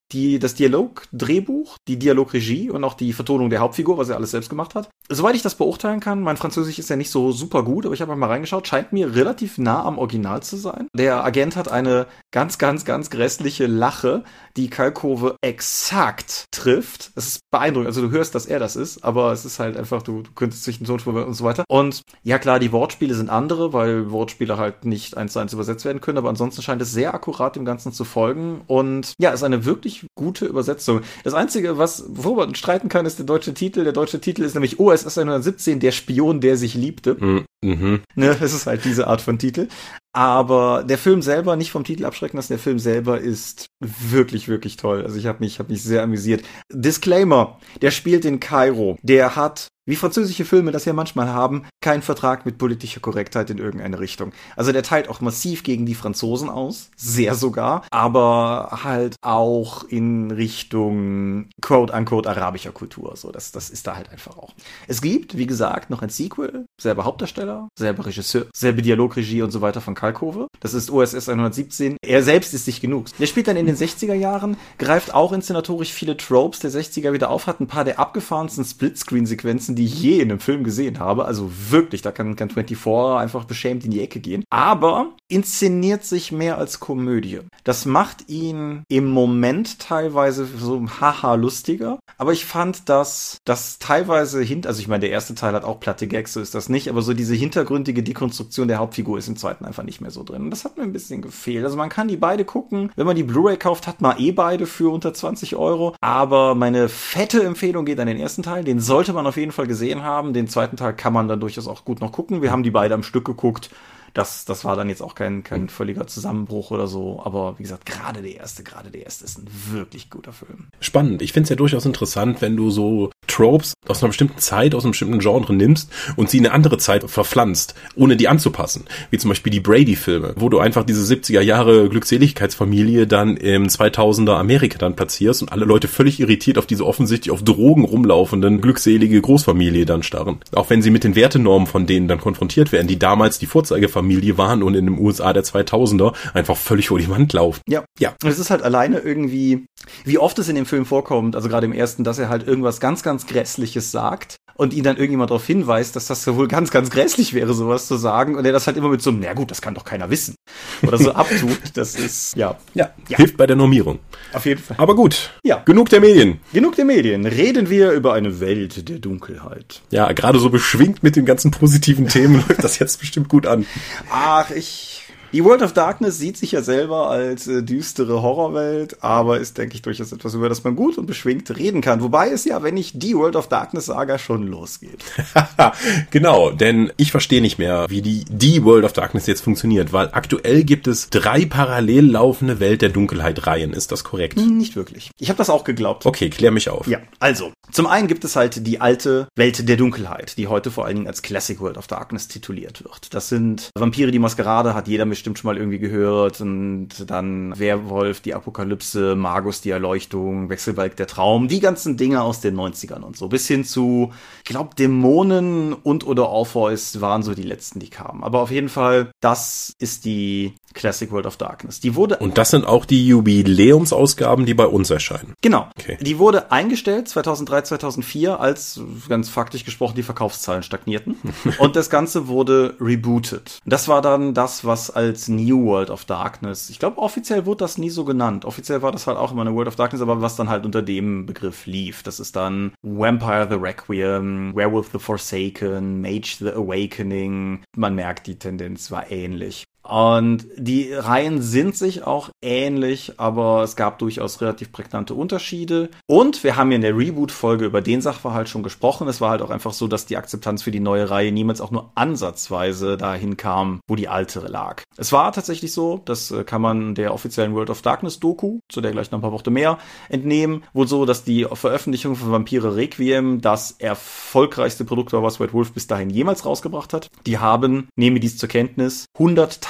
Dialogdrehbuch, die Dialogregie und auch die Vertonung der Hauptfigur, was er alles selbst gemacht hat. Soweit ich das beurteilen kann, mein Französisch ist ja nicht so super gut, aber ich habe mal reingeschaut, scheint mir relativ nah am Original zu sein. Der Agent hat eine ganz, ganz, ganz grässliche Lache, die Kalkofe exakt trifft. Es ist beeindruckend, also du hörst, dass er das ist, aber es ist halt einfach, du könntest zwischen den Tonspur und so weiter. Und ja klar, die Wortspiele sind andere, weil Wortspiele halt nicht 1:1 übersetzt werden können, aber ansonsten scheint es sehr akkurat dem Ganzen zu folgen und ja, ist eine wirklich gute Übersetzung. Das Einzige, worüber man streiten kann, ist der deutsche Titel. Der deutsche Titel ist nämlich OSS 117, der Spion, der sich liebte. Ne, das ist halt diese Art von Titel. Aber der Film selber, nicht vom Titel abschrecken lassen, der Film selber ist wirklich, wirklich toll. Also ich habe mich sehr amüsiert. Disclaimer, der spielt in Kairo. Der hat, wie französische Filme das ja manchmal haben, keinen Vertrag mit politischer Korrektheit in irgendeine Richtung. Also der teilt auch massiv gegen die Franzosen aus, sehr sogar, aber halt auch in Richtung quote-unquote arabischer Kultur. So, das ist da halt einfach auch. Es gibt, wie gesagt, noch ein Sequel, selber Hauptdarsteller, selber Regisseur, selbe Dialogregie und so weiter von Kalkofe. Das ist OSS 117. Er selbst ist sich genug. Der spielt dann in den 60er Jahren, greift auch inszenatorisch viele Tropes der 60er wieder auf, hat ein paar der abgefahrensten Splitscreen-Sequenzen, die ich je in einem Film gesehen habe. Also wirklich, da kann 24 einfach beschämt in die Ecke gehen. Aber inszeniert sich mehr als Komödie. Das macht ihn im Moment teilweise so haha lustiger. Aber ich fand, dass das teilweise also ich meine, der erste Teil hat auch platte Gags, so ist das nicht, aber so diese hintergründige Dekonstruktion der Hauptfigur ist im zweiten einfach nicht mehr so drin. Und das hat mir ein bisschen gefehlt. Also man kann die beide gucken. Wenn man die Blu-ray kauft, hat man beide für unter 20 €. Aber meine fette Empfehlung geht an den ersten Teil. Den sollte man auf jeden Fall gesehen haben. Den zweiten Teil kann man dann durchaus auch gut noch gucken. Wir haben die beide am Stück geguckt. Das war dann jetzt auch kein völliger Zusammenbruch oder so. Aber wie gesagt, gerade der erste ist ein wirklich guter Film. Spannend. Ich finde es ja durchaus interessant, wenn du so Tropes aus einer bestimmten Zeit, aus einem bestimmten Genre nimmst und sie in eine andere Zeit verpflanzt, ohne die anzupassen. Wie zum Beispiel die Brady-Filme, wo du einfach diese 70er Jahre Glückseligkeitsfamilie dann im 2000er Amerika dann platzierst und alle Leute völlig irritiert auf diese offensichtlich auf Drogen rumlaufenden glückselige Großfamilie dann starren. Auch wenn sie mit den Wertenormen von denen dann konfrontiert werden, die damals die Vorzeigefamilie waren und in den USA der 2000er einfach völlig vor die Wand laufen. Ja. Und es ist halt alleine irgendwie, wie oft es in dem Film vorkommt, also gerade im ersten, dass er halt irgendwas ganz, ganz Grässliches sagt und ihn dann irgendjemand darauf hinweist, dass das ja wohl ganz, ganz grässlich wäre, sowas zu sagen und er das halt immer mit so einem, na gut, das kann doch keiner wissen oder so abtut. Das ist, ja. Hilft bei der Normierung. Auf jeden Fall. Aber gut, ja. Genug der Medien. Reden wir über eine Welt der Dunkelheit. Ja, gerade so beschwingt mit den ganzen positiven Themen läuft das jetzt bestimmt gut an. Ach, die World of Darkness sieht sich ja selber als düstere Horrorwelt, aber ist, denke ich, durchaus etwas, über das man gut und beschwingt reden kann. Wobei es ja, wenn ich die World of Darkness sage, schon losgeht. Genau, denn ich verstehe nicht mehr, wie die World of Darkness jetzt funktioniert, weil aktuell gibt es 3 parallel laufende Welt der Dunkelheit-Reihen. Ist das korrekt? Nicht wirklich. Ich habe das auch geglaubt. Okay, klär mich auf. Ja, also, zum einen gibt es halt die alte Welt der Dunkelheit, die heute vor allen Dingen als Classic World of Darkness tituliert wird. Das sind Vampire, die Maskerade, hat jeder bestimmt schon mal irgendwie gehört, und dann Werwolf, die Apokalypse, Magus, die Erleuchtung, Wechselbalg, der Traum, die ganzen Dinge aus den 90ern und so, bis hin zu, ich glaube, Dämonen und oder Orpheus waren so die letzten, die kamen. Aber auf jeden Fall, das ist die Classic World of Darkness. Und das sind auch die Jubiläumsausgaben, die bei uns erscheinen. Genau. Okay. Die wurde eingestellt 2003, 2004, als ganz faktisch gesprochen die Verkaufszahlen stagnierten. Und das Ganze wurde rebootet. Das war dann das, was als New World of Darkness, ich glaube, offiziell wurde das nie so genannt. Offiziell war das halt auch immer eine World of Darkness, aber was dann halt unter dem Begriff lief. Das ist dann Vampire the Requiem, Werewolf the Forsaken, Mage the Awakening. Man merkt, die Tendenz war ähnlich. Und die Reihen sind sich auch ähnlich, aber es gab durchaus relativ prägnante Unterschiede. Und wir haben ja in der Reboot-Folge über den Sachverhalt schon gesprochen. Es war halt auch einfach so, dass die Akzeptanz für die neue Reihe niemals auch nur ansatzweise dahin kam, wo die alte lag. Es war tatsächlich so, das kann man der offiziellen World of Darkness-Doku, zu der gleich noch ein paar Worte mehr, entnehmen, wohl so, dass die Veröffentlichung von Vampire Requiem das erfolgreichste Produkt war, was White Wolf bis dahin jemals rausgebracht hat. Die haben, nehme dies zur Kenntnis, 100.000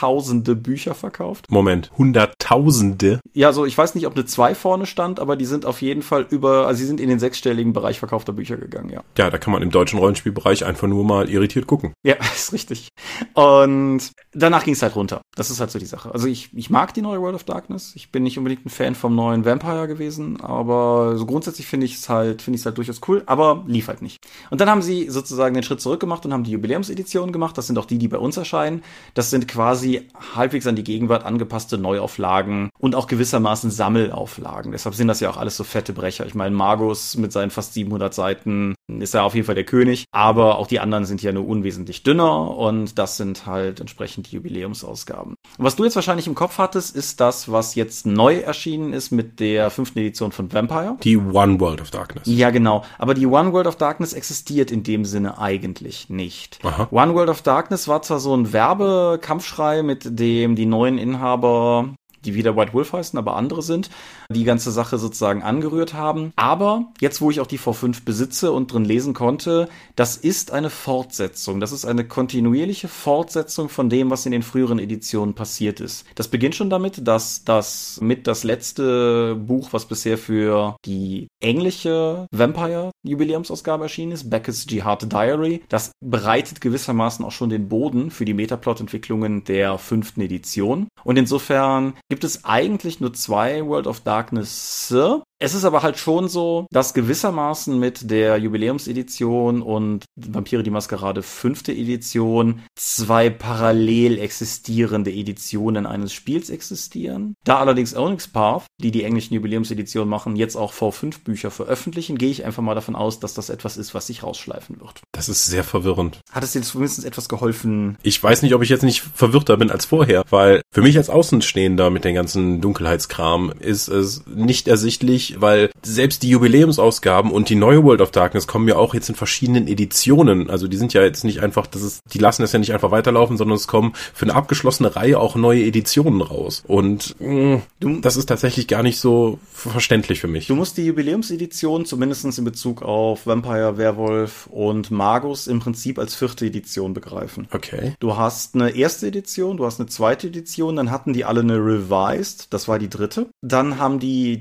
hunderttausende Bücher verkauft. Moment, Hunderttausende? Ja, so ich weiß nicht, ob eine 2 vorne stand, aber die sind auf jeden Fall sie sind in den 6-stelligen Bereich verkaufter Bücher gegangen, ja. Ja, da kann man im deutschen Rollenspielbereich einfach nur mal irritiert gucken. Ja, ist richtig. Und danach ging es halt runter. Das ist halt so die Sache. Also ich mag die neue World of Darkness. Ich bin nicht unbedingt ein Fan vom neuen Vampire gewesen, aber so grundsätzlich finde ich es halt durchaus cool, aber lief halt nicht. Und dann haben sie sozusagen den Schritt zurück gemacht und haben die Jubiläumsedition gemacht. Das sind auch die bei uns erscheinen. Das sind quasi halbwegs an die Gegenwart angepasste Neuauflagen und auch gewissermaßen Sammelauflagen. Deshalb sind das ja auch alles so fette Brecher. Ich meine, Magus mit seinen fast 700 Seiten ist ja auf jeden Fall der König, aber auch die anderen sind ja nur unwesentlich dünner und das sind halt entsprechend die Jubiläumsausgaben. Und was du jetzt wahrscheinlich im Kopf hattest, ist das, was jetzt neu erschienen ist mit der 5. Edition von Vampire. Die One World of Darkness. Ja, genau. Aber die One World of Darkness existiert in dem Sinne eigentlich nicht. Aha. One World of Darkness war zwar so ein Werbekampfschrei, mit dem die neuen Inhaber, die wieder White Wolf heißen, aber andere sind, die ganze Sache sozusagen angerührt haben. Aber jetzt, wo ich auch die V5 besitze und drin lesen konnte, das ist eine Fortsetzung. Das ist eine kontinuierliche Fortsetzung von dem, was in den früheren Editionen passiert ist. Das beginnt schon damit, dass das letzte Buch, was bisher für die englische Vampire-Jubiläumsausgabe erschienen ist, Beckett's Jihad Diary, das bereitet gewissermaßen auch schon den Boden für die Metaplot-Entwicklungen der 5. Edition. Und insofern gibt es eigentlich nur 2 World of Darkness. Es ist aber halt schon so, dass gewissermaßen mit der Jubiläumsedition und Vampire die Maskerade 5. Edition 2 parallel existierende Editionen eines Spiels existieren. Da allerdings Onyx Path, die englischen Jubiläumseditionen machen, jetzt auch V5-Bücher veröffentlichen, gehe ich einfach mal davon aus, dass das etwas ist, was sich rausschleifen wird. Das ist sehr verwirrend. Hat es dir zumindest etwas geholfen? Ich weiß nicht, ob ich jetzt nicht verwirrter bin als vorher, weil für mich als Außenstehender mit den ganzen Dunkelheitskram ist es nicht ersichtlich, weil selbst die Jubiläumsausgaben und die neue World of Darkness kommen ja auch jetzt in verschiedenen Editionen. Also die sind ja jetzt nicht einfach, die lassen es ja nicht einfach weiterlaufen, sondern es kommen für eine abgeschlossene Reihe auch neue Editionen raus. Und das ist tatsächlich gar nicht so verständlich für mich. Du musst die Jubiläumsedition, zumindest in Bezug auf Vampire, Werwolf und Magus, im Prinzip als 4. Edition begreifen. Okay. Du hast eine 1. Edition, du hast eine 2. Edition, dann hatten die alle eine Revised, das war die 3. Dann haben die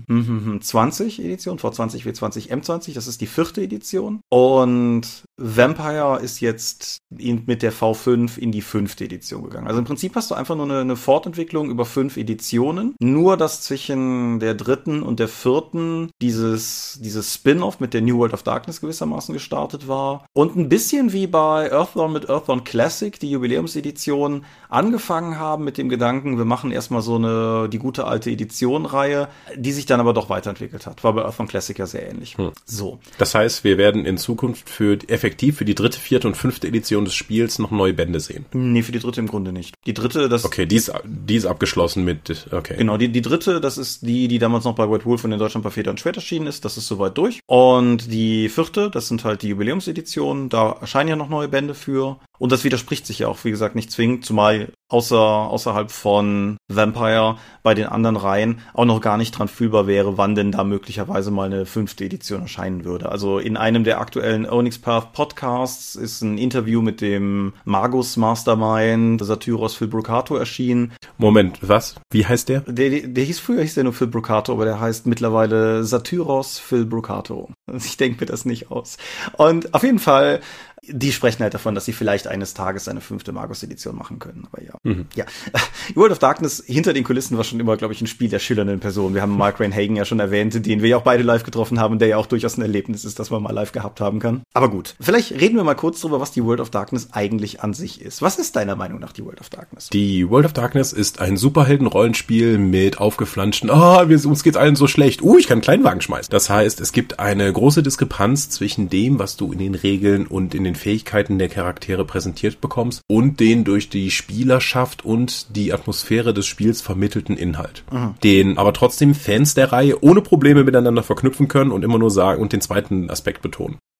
20 Edition, V20, W20, M20, das ist die 4. Edition. Und Vampire ist jetzt mit der V5 in die 5. Edition gegangen. Also im Prinzip hast du einfach nur eine Fortentwicklung über 5 Editionen. Nur, dass zwischen der 3. und der 4. dieses Spin-Off mit der New World of Darkness gewissermaßen gestartet war. Und ein bisschen wie bei Earthdawn mit Earthdawn Classic, die Jubiläumsedition, angefangen haben mit dem Gedanken, wir machen erstmal so die gute alte Edition-Reihe, die sich dann aber doch weiterentwickelt hat. War bei Earthdawn Classic ja sehr ähnlich. So. Das heißt, wir werden in Zukunft effektiv für die 3., 4. und 5. Edition des Spiels noch neue Bände sehen. Nee, für die 3. im Grunde nicht. Die 3., Okay, die ist abgeschlossen mit, okay. Genau, die 3., das ist die damals noch bei White Wolf und in Deutschland bei Feder und Schwert erschienen ist, das ist soweit durch. Und die 4., das sind halt die Jubiläumseditionen, da erscheinen ja noch neue Bände für. Und das widerspricht sich ja auch, wie gesagt, nicht zwingend, zumal außerhalb von Vampire bei den anderen Reihen auch noch gar nicht dran fühlbar wäre, wann denn da möglicherweise mal eine 5. Edition erscheinen würde. Also in einem der aktuellen Onyx Path Podcasts ist ein Interview mit dem Magus Mastermind Satyros Phil Brucato erschienen. Moment, was? Wie heißt der? Früher hieß der nur Phil Brucato, aber der heißt mittlerweile Satyros Phil Brucato. Ich denke mir das nicht aus. Und auf jeden Fall, die sprechen halt davon, dass sie vielleicht eines Tages eine 5. Magus-Edition machen können. Aber ja. Ja. World of Darkness hinter den Kulissen war schon immer, glaube ich, ein Spiel der schillernden Person. Wir haben Mark Rein-Hagen ja schon erwähnt, den wir ja auch beide live getroffen haben, der ja auch durchaus ein Erlebnis ist, das man mal live gehabt haben kann. Aber gut, vielleicht reden wir mal kurz drüber, was die World of Darkness eigentlich an sich ist. Was ist deiner Meinung nach die World of Darkness? Die World of Darkness ist ein Superhelden-Rollenspiel mit aufgeflanschten, uns geht's allen so schlecht. Ich kann einen Kleinwagen schmeißen. Das heißt, es gibt eine große Diskrepanz zwischen dem, was du in den Regeln und in den Fähigkeiten der Charaktere präsentiert bekommst und den durch die Spielerschaft und die Atmosphäre des Spiels vermittelten Inhalt. Den aber trotzdem Fans der Reihe ohne Probleme miteinander verknüpfen können und immer nur sagen und den zweiten Aspekt betonen.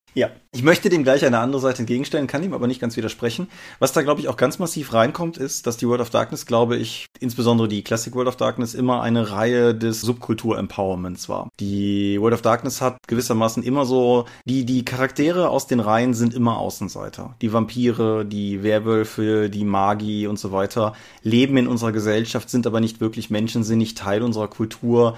Ja, ich möchte dem gleich eine andere Seite entgegenstellen, kann ihm aber nicht ganz widersprechen. Was da, glaube ich, auch ganz massiv reinkommt, ist, dass die World of Darkness, glaube ich, insbesondere die Classic World of Darkness, immer eine Reihe des Subkultur-Empowerments war. Die World of Darkness hat gewissermaßen immer so, die Charaktere aus den Reihen sind immer Außenseiter. Die Vampire, die Werwölfe, die Magi und so weiter leben in unserer Gesellschaft, sind aber nicht wirklich Menschen, sind nicht Teil unserer Kultur,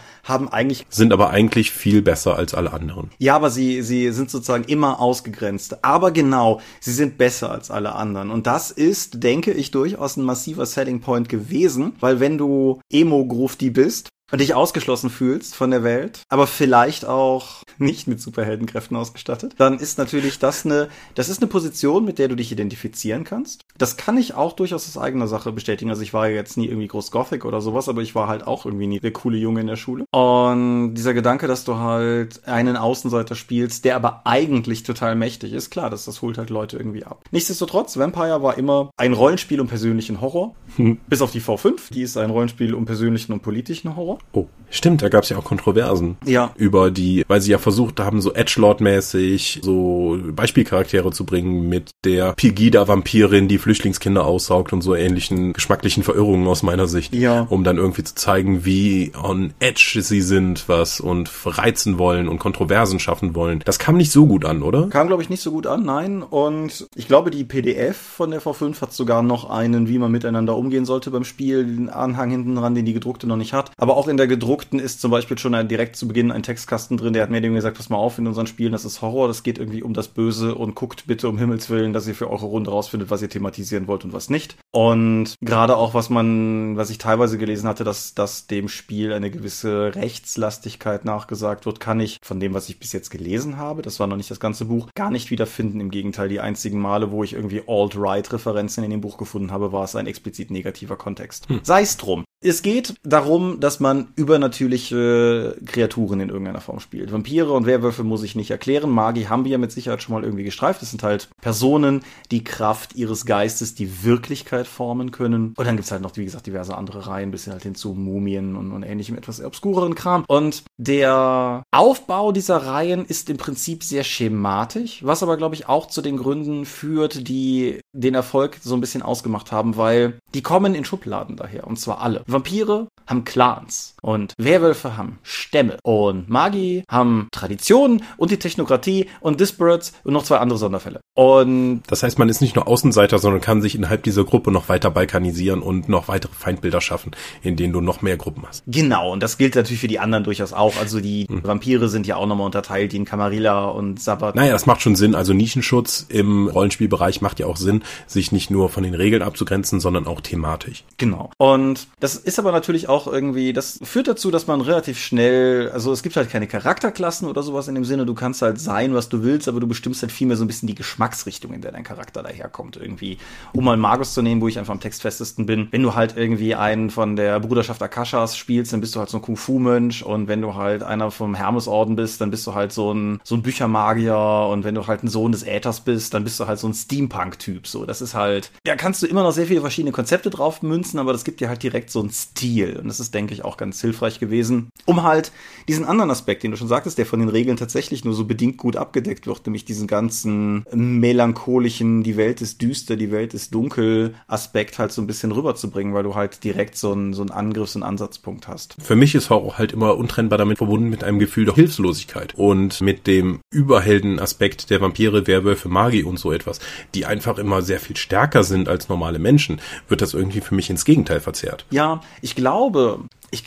sind aber eigentlich viel besser als alle anderen. Ja, aber sie sind sozusagen immer ausgegrenzt. Aber genau, sie sind besser als alle anderen. Und das ist, denke ich, durchaus ein massiver Selling Point gewesen, weil wenn du Emo-Grufti bist und dich ausgeschlossen fühlst von der Welt, aber vielleicht auch nicht mit Superheldenkräften ausgestattet, dann ist natürlich das ist eine Position, mit der du dich identifizieren kannst. Das kann ich auch durchaus aus eigener Sache bestätigen. Also ich war ja jetzt nie irgendwie groß Gothic oder sowas, aber ich war halt auch irgendwie nie der coole Junge in der Schule. Und dieser Gedanke, dass du halt einen Außenseiter spielst, der aber eigentlich total mächtig ist, klar, das holt halt Leute irgendwie ab. Nichtsdestotrotz, Vampire war immer ein Rollenspiel um persönlichen Horror. Bis auf die V5, die ist ein Rollenspiel um persönlichen und politischen Horror. Oh, stimmt, da gab es ja auch Kontroversen. Ja. Über weil sie ja versucht haben, so Edgelord-mäßig so Beispielcharaktere zu bringen mit der Pegida-Vampirin, die Flüchtlingskinder aussaugt und so ähnlichen geschmacklichen Verirrungen aus meiner Sicht. Ja. Um dann irgendwie zu zeigen, wie on edge sie sind, und reizen wollen und Kontroversen schaffen wollen. Das kam nicht so gut an, oder? Kam, glaube ich, nicht so gut an, nein. Und ich glaube, die PDF von der V5 hat sogar noch einen, wie man miteinander umgehen sollte beim Spiel, den Anhang hinten dran, den die gedruckte noch nicht hat. Aber auch in der gedruckten ist zum Beispiel schon direkt zu Beginn ein Textkasten drin, der hat mir gesagt, pass mal auf, in unseren Spielen, das ist Horror, das geht irgendwie um das Böse und guckt bitte um Himmels Willen, dass ihr für eure Runde rausfindet, was ihr thematisieren wollt und was nicht. Und gerade auch, was ich teilweise gelesen hatte, dass dem Spiel eine gewisse Rechtslastigkeit nachgesagt wird, kann ich von dem, was ich bis jetzt gelesen habe, das war noch nicht das ganze Buch, gar nicht wiederfinden. Im Gegenteil, die einzigen Male, wo ich irgendwie Alt-Right-Referenzen in dem Buch gefunden habe, war es ein explizit negativer Kontext. Sei es drum. Es geht darum, dass man übernatürliche Kreaturen in irgendeiner Form spielt. Vampire und Werwölfe muss ich nicht erklären. Magi haben wir ja mit Sicherheit schon mal irgendwie gestreift. Das sind halt Personen, die Kraft ihres Geistes die Wirklichkeit formen können. Und dann gibt's halt noch, wie gesagt, diverse andere Reihen, bis halt hin zu Mumien und ähnlichem etwas obskureren Kram. Und der Aufbau dieser Reihen ist im Prinzip sehr schematisch, was aber, glaube ich, auch zu den Gründen führt, die den Erfolg so ein bisschen ausgemacht haben, weil die kommen in Schubladen daher, und zwar alle. Vampire haben Clans und Werwölfe haben Stämme und Magi haben Traditionen und die Technokratie und Disparates und noch 2 andere Sonderfälle. Und das heißt, man ist nicht nur Außenseiter, sondern kann sich innerhalb dieser Gruppe noch weiter balkanisieren und noch weitere Feindbilder schaffen, in denen du noch mehr Gruppen hast. Genau, und das gilt natürlich für die anderen durchaus auch. Also die Vampire sind ja auch nochmal unterteilt in Camarilla und Sabbat. Naja, das macht schon Sinn. Also Nischenschutz im Rollenspielbereich macht ja auch Sinn, sich nicht nur von den Regeln abzugrenzen, sondern auch thematisch. Genau. Und das ist aber natürlich auch irgendwie, das führt dazu, dass man relativ schnell, also es gibt halt keine Charakterklassen oder sowas in dem Sinne, du kannst halt sein, was du willst, aber du bestimmst halt vielmehr so ein bisschen die Geschmacksrichtung, in der dein Charakter daherkommt irgendwie. Um mal Magus zu nehmen, wo ich einfach am textfestesten bin, wenn du halt irgendwie einen von der Bruderschaft Akashas spielst, dann bist du halt so ein Kung-Fu-Mönch, und wenn du halt einer vom Hermesorden bist, dann bist du halt so ein Büchermagier, und wenn du halt ein Sohn des Äthers bist, dann bist du halt so ein Steampunk-Typ, so. Das ist halt, da kannst du immer noch sehr viele verschiedene Konzepte drauf münzen, aber das gibt dir halt direkt so einen Stil, und das ist, denke ich, auch ganz hilfreich gewesen, um halt diesen anderen Aspekt, den du schon sagtest, der von den Regeln tatsächlich nur so bedingt gut abgedeckt wird, nämlich diesen ganzen melancholischen, die Welt ist düster, die Welt ist dunkel Aspekt halt so ein bisschen rüberzubringen, weil du halt direkt so einen Angriffs- und Ansatzpunkt hast. Für mich ist Horror halt immer untrennbar damit verbunden mit einem Gefühl der Hilflosigkeit und mit dem Überhelden-Aspekt der Vampire, Werwölfe, Magi und so etwas, die einfach immer sehr viel stärker sind als normale Menschen, wird das irgendwie für mich ins Gegenteil verzerrt. Ja, ich glaube,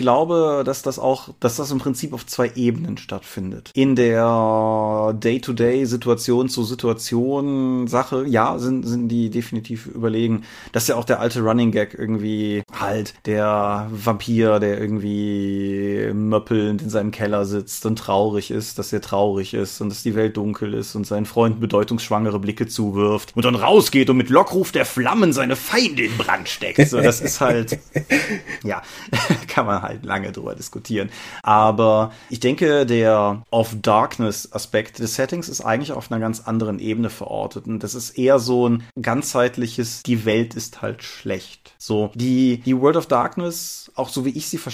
dass das im Prinzip auf 2 Ebenen stattfindet. In der Day-to-Day, Situation zu Situation Sache, ja, sind die definitiv überlegen. Das ist ja auch der alte Running Gag irgendwie halt, der Vampir, der irgendwie möppelnd in seinem Keller sitzt und traurig ist, dass er traurig ist und dass die Welt dunkel ist und seinen Freunden bedeutungsschwangere Blicke zuwirft und dann rausgeht und mit Lockruf der Flammen seine Feinde in Brand steckt. So, das ist halt, ja, kann man man halt lange drüber diskutieren. Aber ich denke, der Of-Darkness-Aspekt des Settings ist eigentlich auf einer ganz anderen Ebene verortet. Und das ist eher so ein ganzheitliches, die Welt ist halt schlecht. So, die World of Darkness, auch so wie ich sie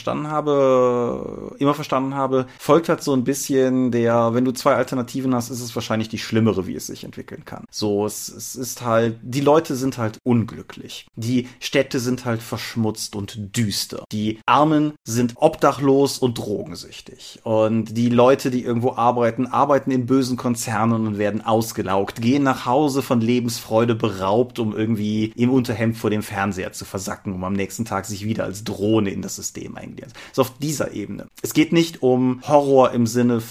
immer verstanden habe, folgt halt so ein bisschen wenn du zwei Alternativen hast, ist es wahrscheinlich die schlimmere, wie es sich entwickeln kann. So, es ist halt, die Leute sind halt unglücklich. Die Städte sind halt verschmutzt und düster. Die Armen sind obdachlos und drogensüchtig. Und die Leute, die irgendwo arbeiten in bösen Konzernen und werden ausgelaugt, gehen nach Hause von Lebensfreude beraubt, um irgendwie im Unterhemd vor dem Fernseher zu versacken, um am nächsten Tag sich wieder als Drohne in das System eingliedern. So auf dieser Ebene. Es geht nicht um Horror im Sinne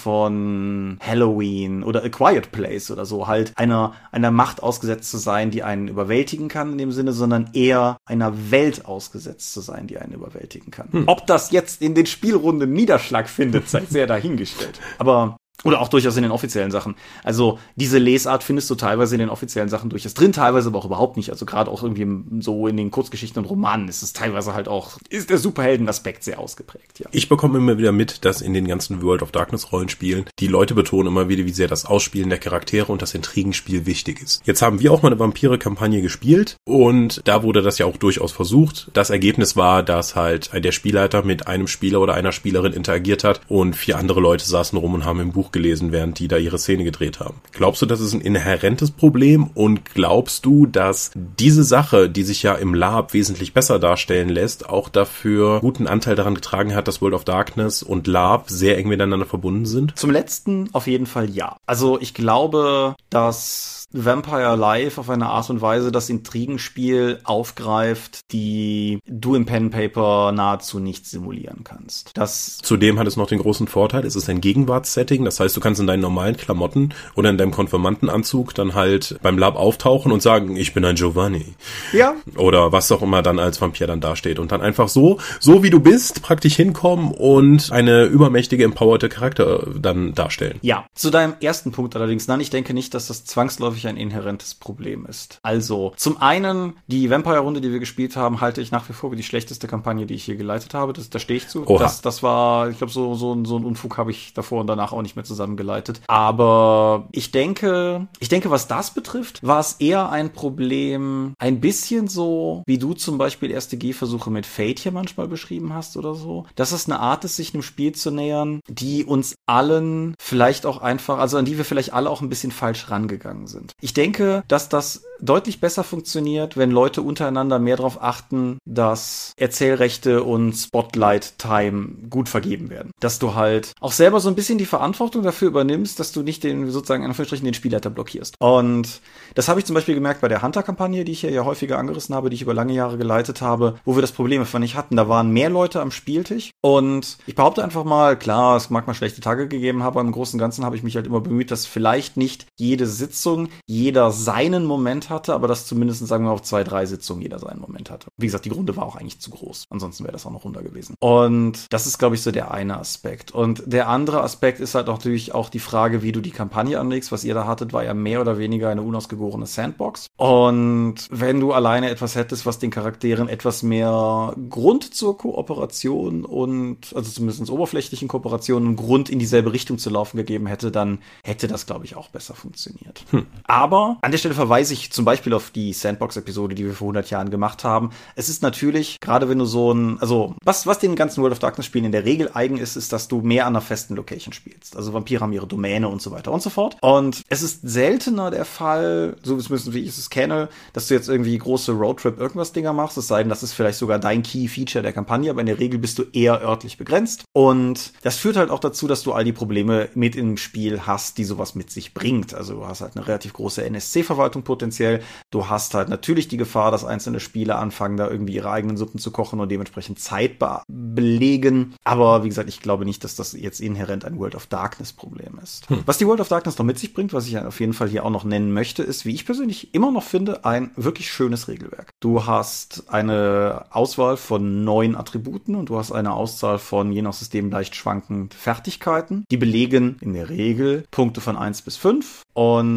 von Halloween oder A Quiet Place oder so, halt einer Macht ausgesetzt zu sein, die einen überwältigen kann in dem Sinne, sondern eher einer Welt ausgesetzt zu sein, die einen überwältigen kann. Ob das jetzt in den Spielrunden Niederschlag findet, sei sehr dahingestellt. Oder auch durchaus in den offiziellen Sachen. Also diese Lesart findest du teilweise in den offiziellen Sachen durchaus drin, teilweise aber auch überhaupt nicht. Also gerade auch irgendwie so in den Kurzgeschichten und Romanen ist es teilweise halt auch, ist der Superheldenaspekt sehr ausgeprägt, ja. Ich bekomme immer wieder mit, dass in den ganzen World of Darkness Rollenspielen die Leute betonen immer wieder, wie sehr das Ausspielen der Charaktere und das Intrigenspiel wichtig ist. Jetzt haben wir auch mal eine Vampire-Kampagne gespielt und da wurde das ja auch durchaus versucht. Das Ergebnis war, dass halt der Spielleiter mit einem Spieler oder einer Spielerin interagiert hat und 4 andere Leute saßen rum und haben im Buch gelesen, während die da ihre Szene gedreht haben. Glaubst du, das ist ein inhärentes Problem und glaubst du, dass diese Sache, die sich ja im Lab wesentlich besser darstellen lässt, auch dafür guten Anteil daran getragen hat, dass World of Darkness und Lab sehr eng miteinander verbunden sind? Zum Letzten auf jeden Fall ja. Also ich glaube, dass Vampire Live auf eine Art und Weise das Intrigenspiel aufgreift, die du im Pen and Paper nahezu nicht simulieren kannst. Zudem hat es noch den großen Vorteil, es ist ein Gegenwartssetting, das heißt, du kannst in deinen normalen Klamotten oder in deinem Konfirmandenanzug dann halt beim Lab auftauchen und sagen, ich bin ein Giovanni. Ja. Oder was auch immer dann als Vampir dann dasteht und dann einfach so wie du bist, praktisch hinkommen und eine übermächtige, empowerte Charakter dann darstellen. Ja. Zu deinem ersten Punkt allerdings, nein, ich denke nicht, dass das zwangsläufig ein inhärentes Problem ist. Also, zum einen, die Vampire-Runde, die wir gespielt haben, halte ich nach wie vor für die schlechteste Kampagne, die ich hier geleitet habe. Da stehe ich zu. Das war, ich glaube, so ein Unfug habe ich davor und danach auch nicht mehr zusammengeleitet. Aber ich denke, was das betrifft, war es eher ein Problem, ein bisschen so, wie du zum Beispiel erste Gehversuche mit Fate hier manchmal beschrieben hast oder so. Dass es eine Art ist, sich einem Spiel zu nähern, die uns allen vielleicht auch einfach, also an die wir vielleicht alle auch ein bisschen falsch rangegangen sind. Ich denke, dass das deutlich besser funktioniert, wenn Leute untereinander mehr darauf achten, dass Erzählrechte und Spotlight-Time gut vergeben werden. Dass du halt auch selber so ein bisschen die Verantwortung dafür übernimmst, dass du nicht den Spielleiter blockierst. Und das habe ich zum Beispiel gemerkt bei der Hunter-Kampagne, die ich hier ja häufiger angerissen habe, die ich über lange Jahre geleitet habe, wo wir das Problem einfach nicht hatten. Da waren mehr Leute am Spieltisch und ich behaupte einfach mal, klar, es mag mal schlechte Tage gegeben haben, aber im Großen und Ganzen habe ich mich halt immer bemüht, dass vielleicht nicht jede Sitzung jeder seinen Moment hatte, aber dass zumindest, sagen wir mal, auf 2, 3 Sitzungen jeder seinen Moment hatte. Wie gesagt, die Runde war auch eigentlich zu groß. Ansonsten wäre das auch noch runter gewesen. Und das ist, glaube ich, so der eine Aspekt. Und der andere Aspekt ist halt natürlich auch die Frage, wie du die Kampagne anlegst. Was ihr da hattet, war ja mehr oder weniger eine unausgegorene Sandbox. Und wenn du alleine etwas hättest, was den Charakteren etwas mehr Grund zur Kooperation und, also zumindest oberflächlichen Kooperationen und Grund in dieselbe Richtung zu laufen gegeben hätte, dann hätte das, glaube ich, auch besser funktioniert. Aber an der Stelle verweise ich zum Beispiel auf die Sandbox-Episode, die wir vor 100 Jahren gemacht haben. Es ist natürlich, gerade wenn du was den ganzen World of Darkness-Spielen in der Regel eigen ist, ist, dass du mehr an einer festen Location spielst. Also Vampire haben ihre Domäne und so weiter und so fort. Und es ist seltener der Fall, so wie ich es kenne, dass du jetzt irgendwie große Roadtrip-Irgendwas-Dinger machst, es sei denn, das ist vielleicht sogar dein Key-Feature der Kampagne, aber in der Regel bist du eher örtlich begrenzt. Und das führt halt auch dazu, dass du all die Probleme mit im Spiel hast, die sowas mit sich bringt. Also du hast halt eine relativ große NSC-Verwaltung potenziell. Du hast halt natürlich die Gefahr, dass einzelne Spieler anfangen, da irgendwie ihre eigenen Suppen zu kochen und dementsprechend Zeit belegen. Aber wie gesagt, ich glaube nicht, dass das jetzt inhärent ein World of Darkness-Problem ist. Was die World of Darkness noch mit sich bringt, was ich auf jeden Fall hier auch noch nennen möchte, ist, wie ich persönlich immer noch finde, ein wirklich schönes Regelwerk. Du hast eine Auswahl von 9 Attributen und du hast eine Auszahl von, je nach System leicht schwankend, Fertigkeiten. Die belegen in der Regel Punkte von 1 bis 5 und du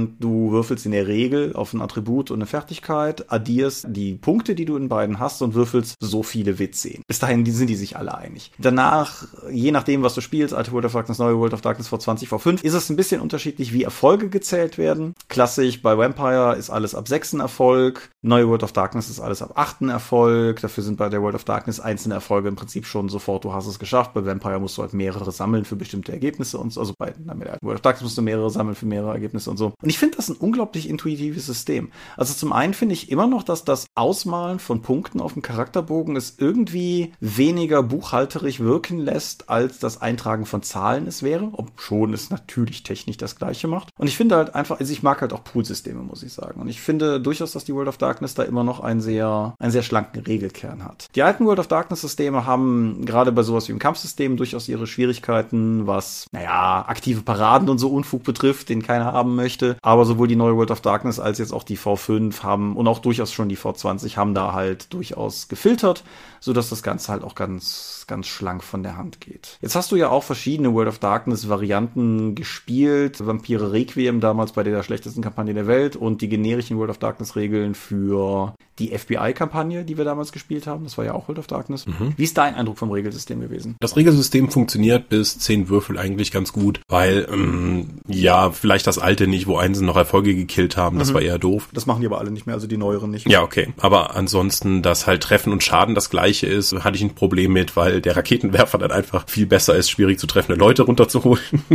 Du würfelst in der Regel auf ein Attribut und eine Fertigkeit, addierst die Punkte, die du in beiden hast und würfelst so viele W10. Bis dahin sind die sich alle einig. Danach, je nachdem, was du spielst, alte World of Darkness, neue World of Darkness, V20, V5, ist es ein bisschen unterschiedlich, wie Erfolge gezählt werden. Klassisch bei Vampire ist alles ab 6. Erfolg, neue World of Darkness ist alles ab 8. Erfolg. Dafür sind bei der World of Darkness einzelne Erfolge im Prinzip schon sofort, du hast es geschafft. Bei Vampire musst du halt mehrere sammeln für bestimmte Ergebnisse und so. Also bei World of Darkness musst du mehrere sammeln für mehrere Ergebnisse und so. Und ich finde das ein unglaublich intuitives System. Also zum einen finde ich immer noch, dass das Ausmalen von Punkten auf dem Charakterbogen es irgendwie weniger buchhalterisch wirken lässt, als das Eintragen von Zahlen es wäre, obschon es natürlich technisch das Gleiche macht. Und ich finde halt einfach, also ich mag halt auch Poolsysteme, muss ich sagen. Und ich finde durchaus, dass die World of Darkness da immer noch einen sehr schlanken Regelkern hat. Die alten World of Darkness-Systeme haben gerade bei sowas wie im Kampfsystem durchaus ihre Schwierigkeiten, was, aktive Paraden und so Unfug betrifft, den keiner haben möchte. Aber sowohl die neue World of Darkness als jetzt auch die V5 haben und auch durchaus schon die V20 haben da halt durchaus gefiltert, sodass das Ganze halt auch ganz schlank von der Hand geht. Jetzt hast du ja auch verschiedene World of Darkness Varianten gespielt. Vampire Requiem damals bei der schlechtesten Kampagne der Welt und die generischen World of Darkness Regeln für die FBI-Kampagne, die wir damals gespielt haben. Das war ja auch World of Darkness. Wie ist dein Eindruck vom Regelsystem gewesen? Das Regelsystem funktioniert bis 10 Würfel eigentlich ganz gut, weil, vielleicht das alte nicht, wo Einsen noch Erfolge gekillt haben. Das war eher doof. Das machen die aber alle nicht mehr, also die neueren nicht. Ja, okay. Aber ansonsten, dass halt Treffen und Schaden das gleiche ist, hatte ich ein Problem mit, weil der Raketenwerfer dann einfach viel besser ist, schwierig zu treffende Leute runterzuholen.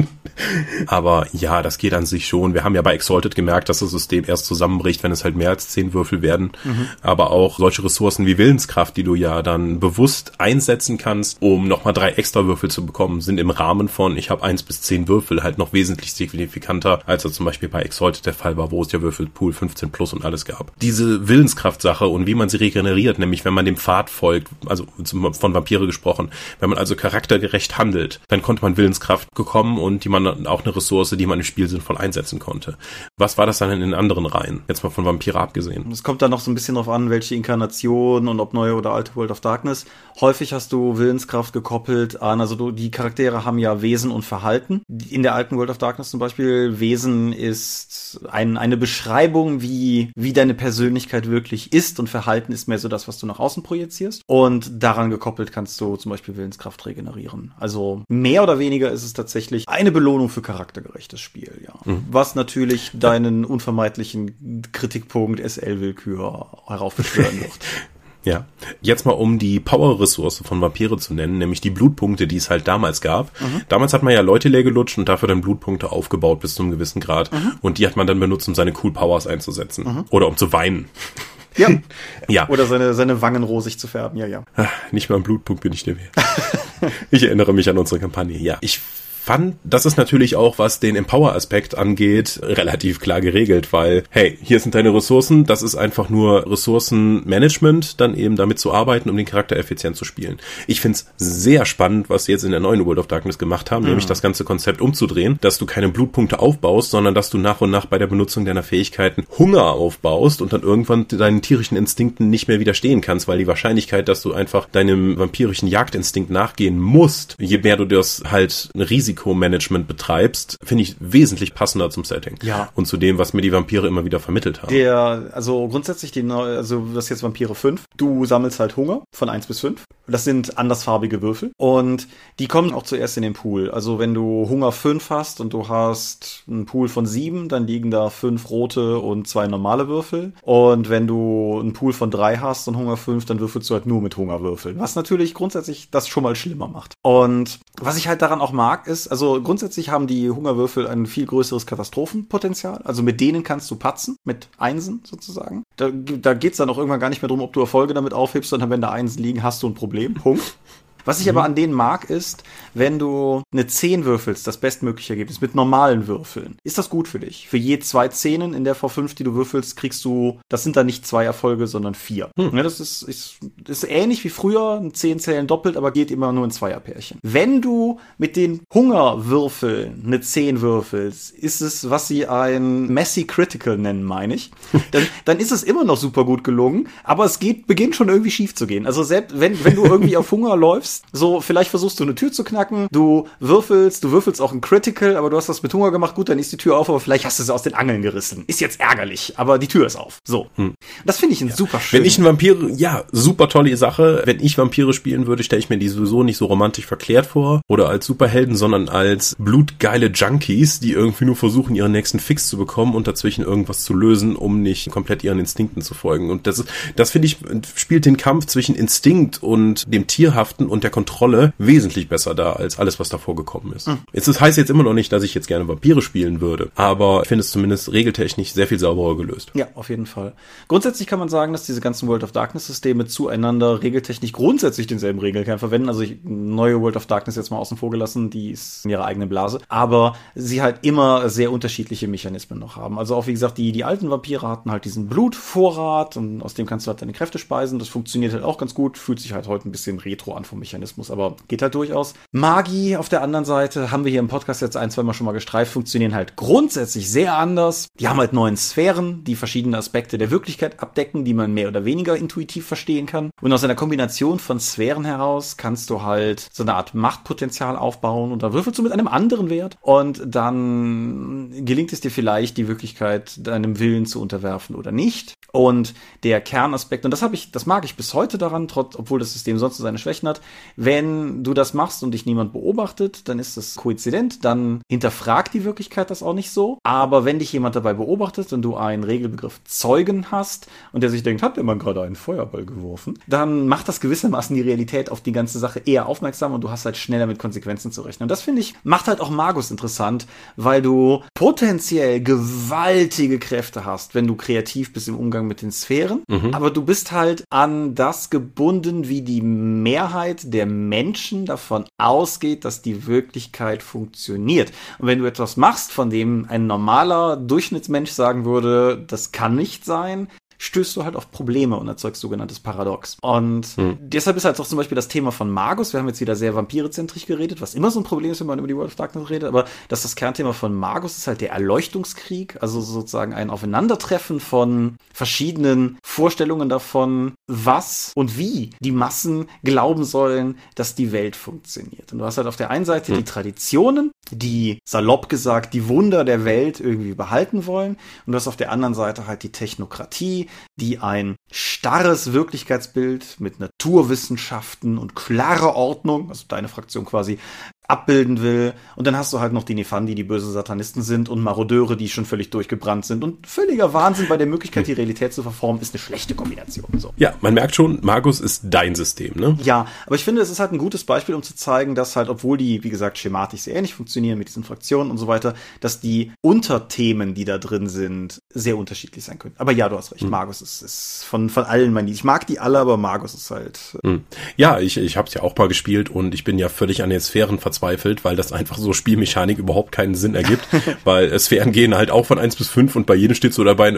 Aber ja, das geht an sich schon. Wir haben ja bei Exalted gemerkt, dass das System erst zusammenbricht, wenn es halt mehr als 10 Würfel werden. Aber auch solche Ressourcen wie Willenskraft, die du ja dann bewusst einsetzen kannst, um nochmal 3 extra Würfel zu bekommen, sind im Rahmen von, ich habe 1 bis 10 Würfel halt noch wesentlich signifikanter, als das zum Beispiel bei Exalted der Fall war, wo es ja Würfelpool 15 plus und alles gab. Diese Willenskraft-Sache und wie man sie regeneriert, nämlich wenn man dem Pfad folgt, also von Vampire gesprochen, wenn man also charaktergerecht handelt, dann konnte man Willenskraft bekommen und die man auch eine Ressource, die man im Spiel sinnvoll einsetzen konnte. Was war das dann in den anderen Reihen? Jetzt mal von Vampire abgesehen. Es kommt dann noch so ein bisschen drauf an, welche Inkarnation und ob neue oder alte World of Darkness. Häufig hast du Willenskraft gekoppelt an, also die Charaktere haben ja Wesen und Verhalten. In der alten World of Darkness zum Beispiel, Wesen ist eine Beschreibung, wie deine Persönlichkeit wirklich ist und Verhalten ist mehr so das, was du nach außen projizierst. Und daran gekoppelt kannst du zum Beispiel Willenskraft regenerieren. Also mehr oder weniger ist es tatsächlich eine Belohnung für charaktergerechtes Spiel, ja. Was natürlich deinen unvermeidlichen Kritikpunkt SL-Willkür heraufbeschwören wird. Ja, jetzt mal um die Power-Ressource von Vampire zu nennen, nämlich die Blutpunkte, die es halt damals gab. Damals hat man ja Leute leer gelutscht und dafür dann Blutpunkte aufgebaut bis zu einem gewissen Grad. Und die hat man dann benutzt, um seine Cool Powers einzusetzen. Oder um zu weinen. Ja. Ja. Oder seine Wangen rosig zu färben, ja. Nicht mal ein Blutpunkt bin ich dir wert. Ich erinnere mich an unsere Kampagne, ja. Ich fand, das ist natürlich auch, was den Empower-Aspekt angeht, relativ klar geregelt, weil, hey, hier sind deine Ressourcen, das ist einfach nur Ressourcenmanagement, dann eben damit zu arbeiten, um den Charakter effizient zu spielen. Ich find's sehr spannend, was sie jetzt in der neuen World of Darkness gemacht haben, nämlich das ganze Konzept umzudrehen, dass du keine Blutpunkte aufbaust, sondern dass du nach und nach bei der Benutzung deiner Fähigkeiten Hunger aufbaust und dann irgendwann deinen tierischen Instinkten nicht mehr widerstehen kannst, weil die Wahrscheinlichkeit, dass du einfach deinem vampirischen Jagdinstinkt nachgehen musst, je mehr du das halt ein Risikomanagement betreibst, finde ich wesentlich passender zum Setting. Ja. Und zu dem, was mir die Vampire immer wieder vermittelt haben. Also grundsätzlich das ist jetzt Vampire 5. Du sammelst halt Hunger von 1 bis 5. Das sind andersfarbige Würfel. Und die kommen auch zuerst in den Pool. Also wenn du Hunger 5 hast und du hast einen Pool von 7, dann liegen da 5 rote und 2 normale Würfel. Und wenn du einen Pool von 3 hast und Hunger 5, dann würfelst du halt nur mit Hungerwürfeln. Was natürlich grundsätzlich das schon mal schlimmer macht. Und was ich halt daran auch mag, ist, also grundsätzlich haben die Hungerwürfel ein viel größeres Katastrophenpotenzial. Also mit denen kannst du patzen, mit Einsen sozusagen. Da geht's dann auch irgendwann gar nicht mehr drum, ob du Erfolge damit aufhebst, sondern wenn da Einsen liegen, hast du ein Problem. Punkt. Was ich aber an denen mag, ist, wenn du eine 10 würfelst, das bestmögliche Ergebnis, mit normalen Würfeln, ist das gut für dich. Für je 2 10 in der V5, die du würfelst, kriegst du, das sind dann nicht 2 Erfolge, sondern 4. Ja, das ist ähnlich wie früher, 10 zählen doppelt, aber geht immer nur in Zweierpärchen. Wenn du mit den Hungerwürfeln eine 10 würfelst, ist es, was sie ein Messy Critical nennen, meine ich. Dann ist es immer noch super gut gelungen, aber es beginnt schon irgendwie schief zu gehen. Also selbst wenn du irgendwie auf Hunger läufst, nichts. So, vielleicht versuchst du eine Tür zu knacken, du würfelst auch ein Critical, aber du hast das mit Hunger gemacht, gut, dann ist die Tür auf, aber vielleicht hast du sie aus den Angeln gerissen. Ist jetzt ärgerlich, aber die Tür ist auf. So. Das finde ich ein super schön. Wenn ich ein Vampire, ja, super tolle Sache. Wenn ich Vampire spielen würde, stelle ich mir die sowieso nicht so romantisch verklärt vor oder als Superhelden, sondern als blutgeile Junkies, die irgendwie nur versuchen, ihren nächsten Fix zu bekommen und dazwischen irgendwas zu lösen, um nicht komplett ihren Instinkten zu folgen. Und das finde ich, spielt den Kampf zwischen Instinkt und dem Tierhaften und der Kontrolle wesentlich besser dar, als alles, was davor gekommen ist. Das heißt jetzt immer noch nicht, dass ich jetzt gerne Vampire spielen würde, aber ich finde es zumindest regeltechnisch sehr viel sauberer gelöst. Ja, auf jeden Fall. Grundsätzlich kann man sagen, dass diese ganzen World of Darkness-Systeme zueinander regeltechnisch grundsätzlich denselben Regelkern verwenden. Also neue World of Darkness jetzt mal außen vor gelassen, die ist in ihrer eigenen Blase. Aber sie halt immer sehr unterschiedliche Mechanismen noch haben. Also auch, wie gesagt, die alten Vampire hatten halt diesen Blutvorrat und aus dem kannst du halt deine Kräfte speisen. Das funktioniert halt auch ganz gut, fühlt sich halt heute ein bisschen retro an vom Mechanismus, aber geht halt durchaus. Magie auf der anderen Seite, haben wir hier im Podcast jetzt 1-2 Mal schon mal gestreift, funktionieren halt grundsätzlich sehr anders. Die haben halt 9 Sphären, die verschiedene Aspekte der Wirklichkeit abdecken, die man mehr oder weniger intuitiv verstehen kann. Und aus einer Kombination von Sphären heraus kannst du halt so eine Art Machtpotenzial aufbauen und dann würfelst du mit einem anderen Wert und dann gelingt es dir vielleicht, die Wirklichkeit deinem Willen zu unterwerfen oder nicht. Und der Kernaspekt, und das mag ich bis heute daran, obwohl das System sonst seine Schwächen hat, wenn du das machst und dich niemand beobachtet, dann ist das koinzident, dann hinterfragt die Wirklichkeit das auch nicht so. Aber wenn dich jemand dabei beobachtet und du einen Regelbegriff Zeugen hast und der sich denkt, hat der Mann gerade einen Feuerball geworfen, dann macht das gewissermaßen die Realität auf die ganze Sache eher aufmerksam und du hast halt schneller mit Konsequenzen zu rechnen. Und das, finde ich, macht halt auch Magus interessant, weil du potenziell gewaltige Kräfte hast, wenn du kreativ bist im Umgang mit den Sphären, aber du bist halt an das gebunden, wie die Mehrheit der Menschen davon ausgeht, dass die Wirklichkeit funktioniert. Und wenn du etwas machst, von dem ein normaler Durchschnittsmensch sagen würde, das kann nicht sein, stößt du halt auf Probleme und erzeugst sogenanntes Paradox. Und deshalb ist halt auch zum Beispiel das Thema von Magus, wir haben jetzt wieder sehr vampirezentrisch geredet, was immer so ein Problem ist, wenn man über die World of Darkness redet, aber das Kernthema von Magus ist halt der Erleuchtungskrieg, also sozusagen ein Aufeinandertreffen von verschiedenen Vorstellungen davon, was und wie die Massen glauben sollen, dass die Welt funktioniert. Und du hast halt auf der einen Seite die Traditionen, die, salopp gesagt, die Wunder der Welt irgendwie behalten wollen, und du hast auf der anderen Seite halt die Technokratie, die ein starres Wirklichkeitsbild mit Naturwissenschaften und klarer Ordnung, also deine Fraktion quasi, abbilden will. Und dann hast du halt noch die Nefandi, die böse Satanisten sind, und Marodeure, die schon völlig durchgebrannt sind. Und völliger Wahnsinn bei der Möglichkeit, die Realität zu verformen, ist eine schlechte Kombination. So. Ja, man merkt schon, Magus ist dein System, ne? Ja, aber ich finde, es ist halt ein gutes Beispiel, um zu zeigen, dass halt, obwohl die, wie gesagt, schematisch sehr ähnlich funktionieren mit diesen Fraktionen und so weiter, dass die Unterthemen, die da drin sind, sehr unterschiedlich sein können. Aber ja, du hast recht, Magus ist von allen mein Lied. Ich mag die alle, aber Magus ist halt... Ja, ich hab's ja auch mal gespielt und ich bin ja völlig an den Sphären verzweifelt, weil das einfach so Spielmechanik überhaupt keinen Sinn ergibt, weil Sphären gehen halt auch von 1 bis 5 und bei jedem steht so dabei,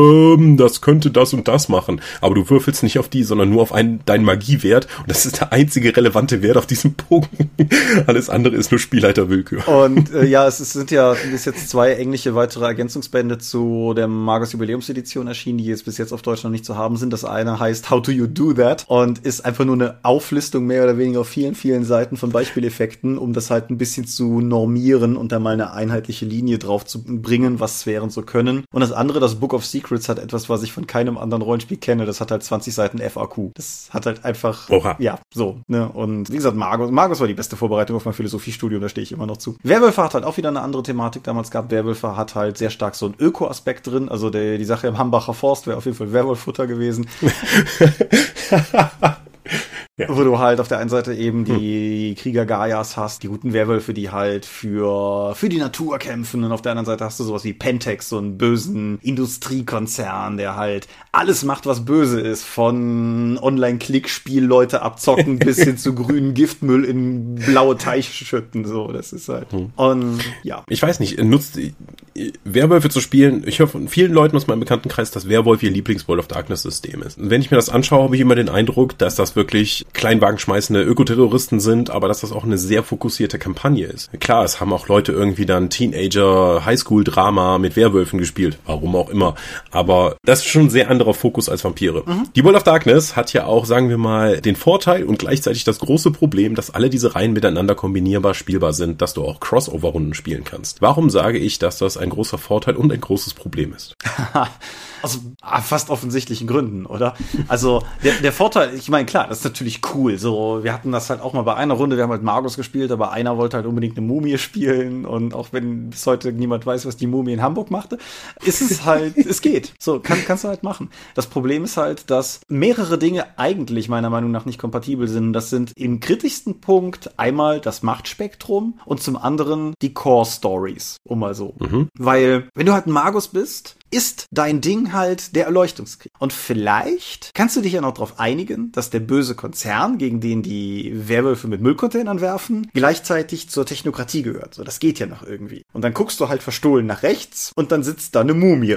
das könnte das und das machen, aber du würfelst nicht auf die, sondern nur auf deinen Magiewert und das ist der einzige relevante Wert auf diesem Punkt. Alles andere ist nur Spielleiterwillkür. Und es sind jetzt 2 englische weitere Ergänzungsbände zu der Magus Jubiläumsedition erschienen, die jetzt bis jetzt auf Deutsch noch nicht zu haben sind. Das eine heißt How do you do that und ist einfach nur eine Auflistung mehr oder weniger auf vielen, vielen Seiten von Beispieleffekten, um das halt ein bisschen zu normieren und da mal eine einheitliche Linie drauf zu bringen, was Sphären so können. Und das andere, das Book of Secrets, hat etwas, was ich von keinem anderen Rollenspiel kenne. Das hat halt 20 Seiten FAQ. Das hat halt einfach... Oha. Ja, so. Ne? Und wie gesagt, Magus war die beste Vorbereitung auf mein Philosophiestudium, da stehe ich immer noch zu. Werwölfe hat halt auch wieder eine andere Thematik damals gehabt. Werwölfe hat halt sehr stark so einen Öko-Aspekt drin. Also die Sache im Hambacher Forst wäre auf jeden Fall Werwolffutter gewesen. Ja. Wo du halt auf der einen Seite eben die Krieger Gaias hast, die guten Werwölfe, die halt für die Natur kämpfen, und auf der anderen Seite hast du sowas wie Pentex, so einen bösen Industriekonzern, der halt alles macht, was böse ist, von Online-Klickspiel-Leute abzocken bis hin zu grünen Giftmüll in blaue Teiche schütten, so, das ist halt. Und ja. Ich weiß nicht, nutzt Werwölfe zu spielen, ich höre von vielen Leuten aus meinem Bekanntenkreis, dass Werwolf ihr Lieblings-World of Darkness-System ist. Und wenn ich mir das anschaue, habe ich immer den Eindruck, dass das wirklich nicht Kleinwagen schmeißende Ökoterroristen sind, aber dass das auch eine sehr fokussierte Kampagne ist. Klar, es haben auch Leute irgendwie dann Teenager-Highschool-Drama mit Werwölfen gespielt, warum auch immer, aber das ist schon ein sehr anderer Fokus als Vampire. Die World of Darkness hat ja auch, sagen wir mal, den Vorteil und gleichzeitig das große Problem, dass alle diese Reihen miteinander kombinierbar spielbar sind, dass du auch Crossover-Runden spielen kannst. Warum sage ich, dass das ein großer Vorteil und ein großes Problem ist? Aus fast offensichtlichen Gründen, oder? Also der Vorteil, ich meine, klar, das ist natürlich cool. So, wir hatten das halt auch mal bei einer Runde, wir haben halt Magus gespielt, aber einer wollte halt unbedingt eine Mumie spielen und auch wenn bis heute niemand weiß, was die Mumie in Hamburg machte, ist es halt, es geht. So, kannst du halt machen. Das Problem ist halt, dass mehrere Dinge eigentlich meiner Meinung nach nicht kompatibel sind. Das sind im kritischsten Punkt einmal das Machtspektrum und zum anderen die Core-Stories, um mal so. Weil, wenn du halt ein Magus bist, ist dein Ding halt der Erleuchtungskrieg. Und vielleicht kannst du dich ja noch darauf einigen, dass der böse Konzern, gegen den die Werwölfe mit Müllcontainern werfen, gleichzeitig zur Technokratie gehört. So, das geht ja noch irgendwie. Und dann guckst du halt verstohlen nach rechts und dann sitzt da eine Mumie.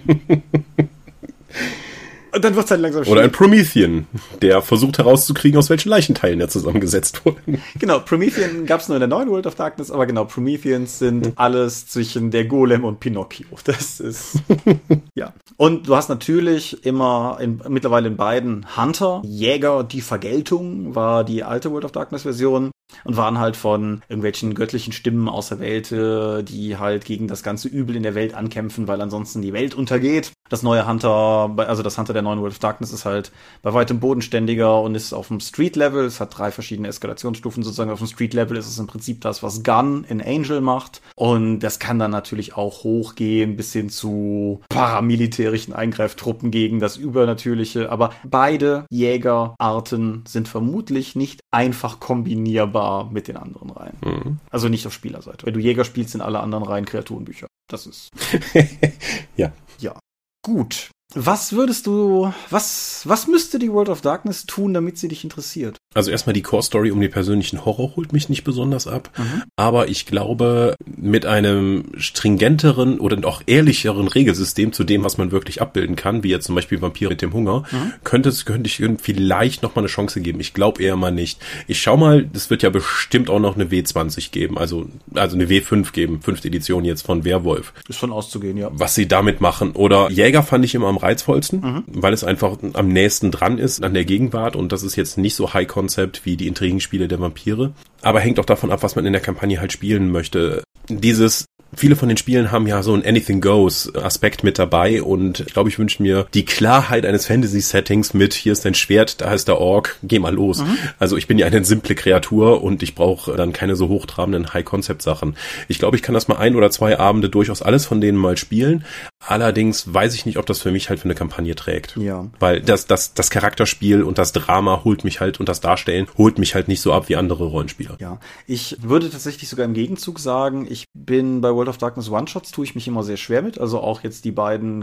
Und dann wird's halt langsam schwierig. Oder ein Promethean, der versucht herauszukriegen, aus welchen Leichenteilen er zusammengesetzt wurde. Genau, Promethean gab's nur in der neuen World of Darkness, aber genau, Prometheans sind alles zwischen der Golem und Pinocchio. Das ist, ja. Und du hast natürlich immer mittlerweile in beiden Hunter, Jäger, die Vergeltung war die alte World of Darkness Version. Und waren halt von irgendwelchen göttlichen Stimmen auserwählte, die halt gegen das ganze Übel in der Welt ankämpfen, weil ansonsten die Welt untergeht. Das neue Hunter, also das Hunter der neuen World of Darkness ist halt bei weitem bodenständiger und ist auf dem Street-Level. Es hat 3 verschiedene Eskalationsstufen sozusagen. Auf dem Street-Level ist es im Prinzip das, was Gun in Angel macht. Und das kann dann natürlich auch hochgehen bis hin zu paramilitärischen Eingreiftruppen gegen das Übernatürliche. Aber beide Jägerarten sind vermutlich nicht einfach kombinierbar mit den anderen Reihen. Also nicht auf Spielerseite. Wenn du Jäger spielst, sind alle anderen Reihen Kreaturenbücher. Das ist... Ja. Ja. Gut. Was müsste die World of Darkness tun, damit sie dich interessiert? Also erstmal die Core-Story um den persönlichen Horror holt mich nicht besonders ab. Aber ich glaube, mit einem stringenteren oder auch ehrlicheren Regelsystem zu dem, was man wirklich abbilden kann, wie jetzt zum Beispiel Vampire mit dem Hunger, könnte ich vielleicht noch mal eine Chance geben. Ich glaube eher mal nicht. Ich schau mal, es wird ja bestimmt auch noch eine W20 geben, also eine W5 geben, 5. Edition jetzt von Werwolf. Ist von auszugehen, ja. Was sie damit machen. Oder Jäger fand ich immer am reizvollsten, weil es einfach am nächsten dran ist an der Gegenwart und das ist jetzt nicht so High-Concept wie die Intrigenspiele der Vampire. Aber hängt auch davon ab, was man in der Kampagne halt spielen möchte. Viele von den Spielen haben ja so einen Anything-Goes-Aspekt mit dabei und ich glaube, ich wünsche mir die Klarheit eines Fantasy-Settings mit, hier ist dein Schwert, da ist der Ork, geh mal los. Also ich bin ja eine simple Kreatur und ich brauche dann keine so hochtrabenden High-Concept-Sachen. Ich glaube, ich kann das mal 1 oder 2 Abende durchaus alles von denen mal spielen. Allerdings weiß ich nicht, ob das für mich halt für eine Kampagne trägt. Ja. Weil das Charakterspiel und das Drama holt mich halt und das Darstellen holt mich halt nicht so ab wie andere Rollenspieler. Ja, ich würde tatsächlich sogar im Gegenzug sagen, ich bin bei World of Darkness One-Shots tue ich mich immer sehr schwer mit. Also auch jetzt die beiden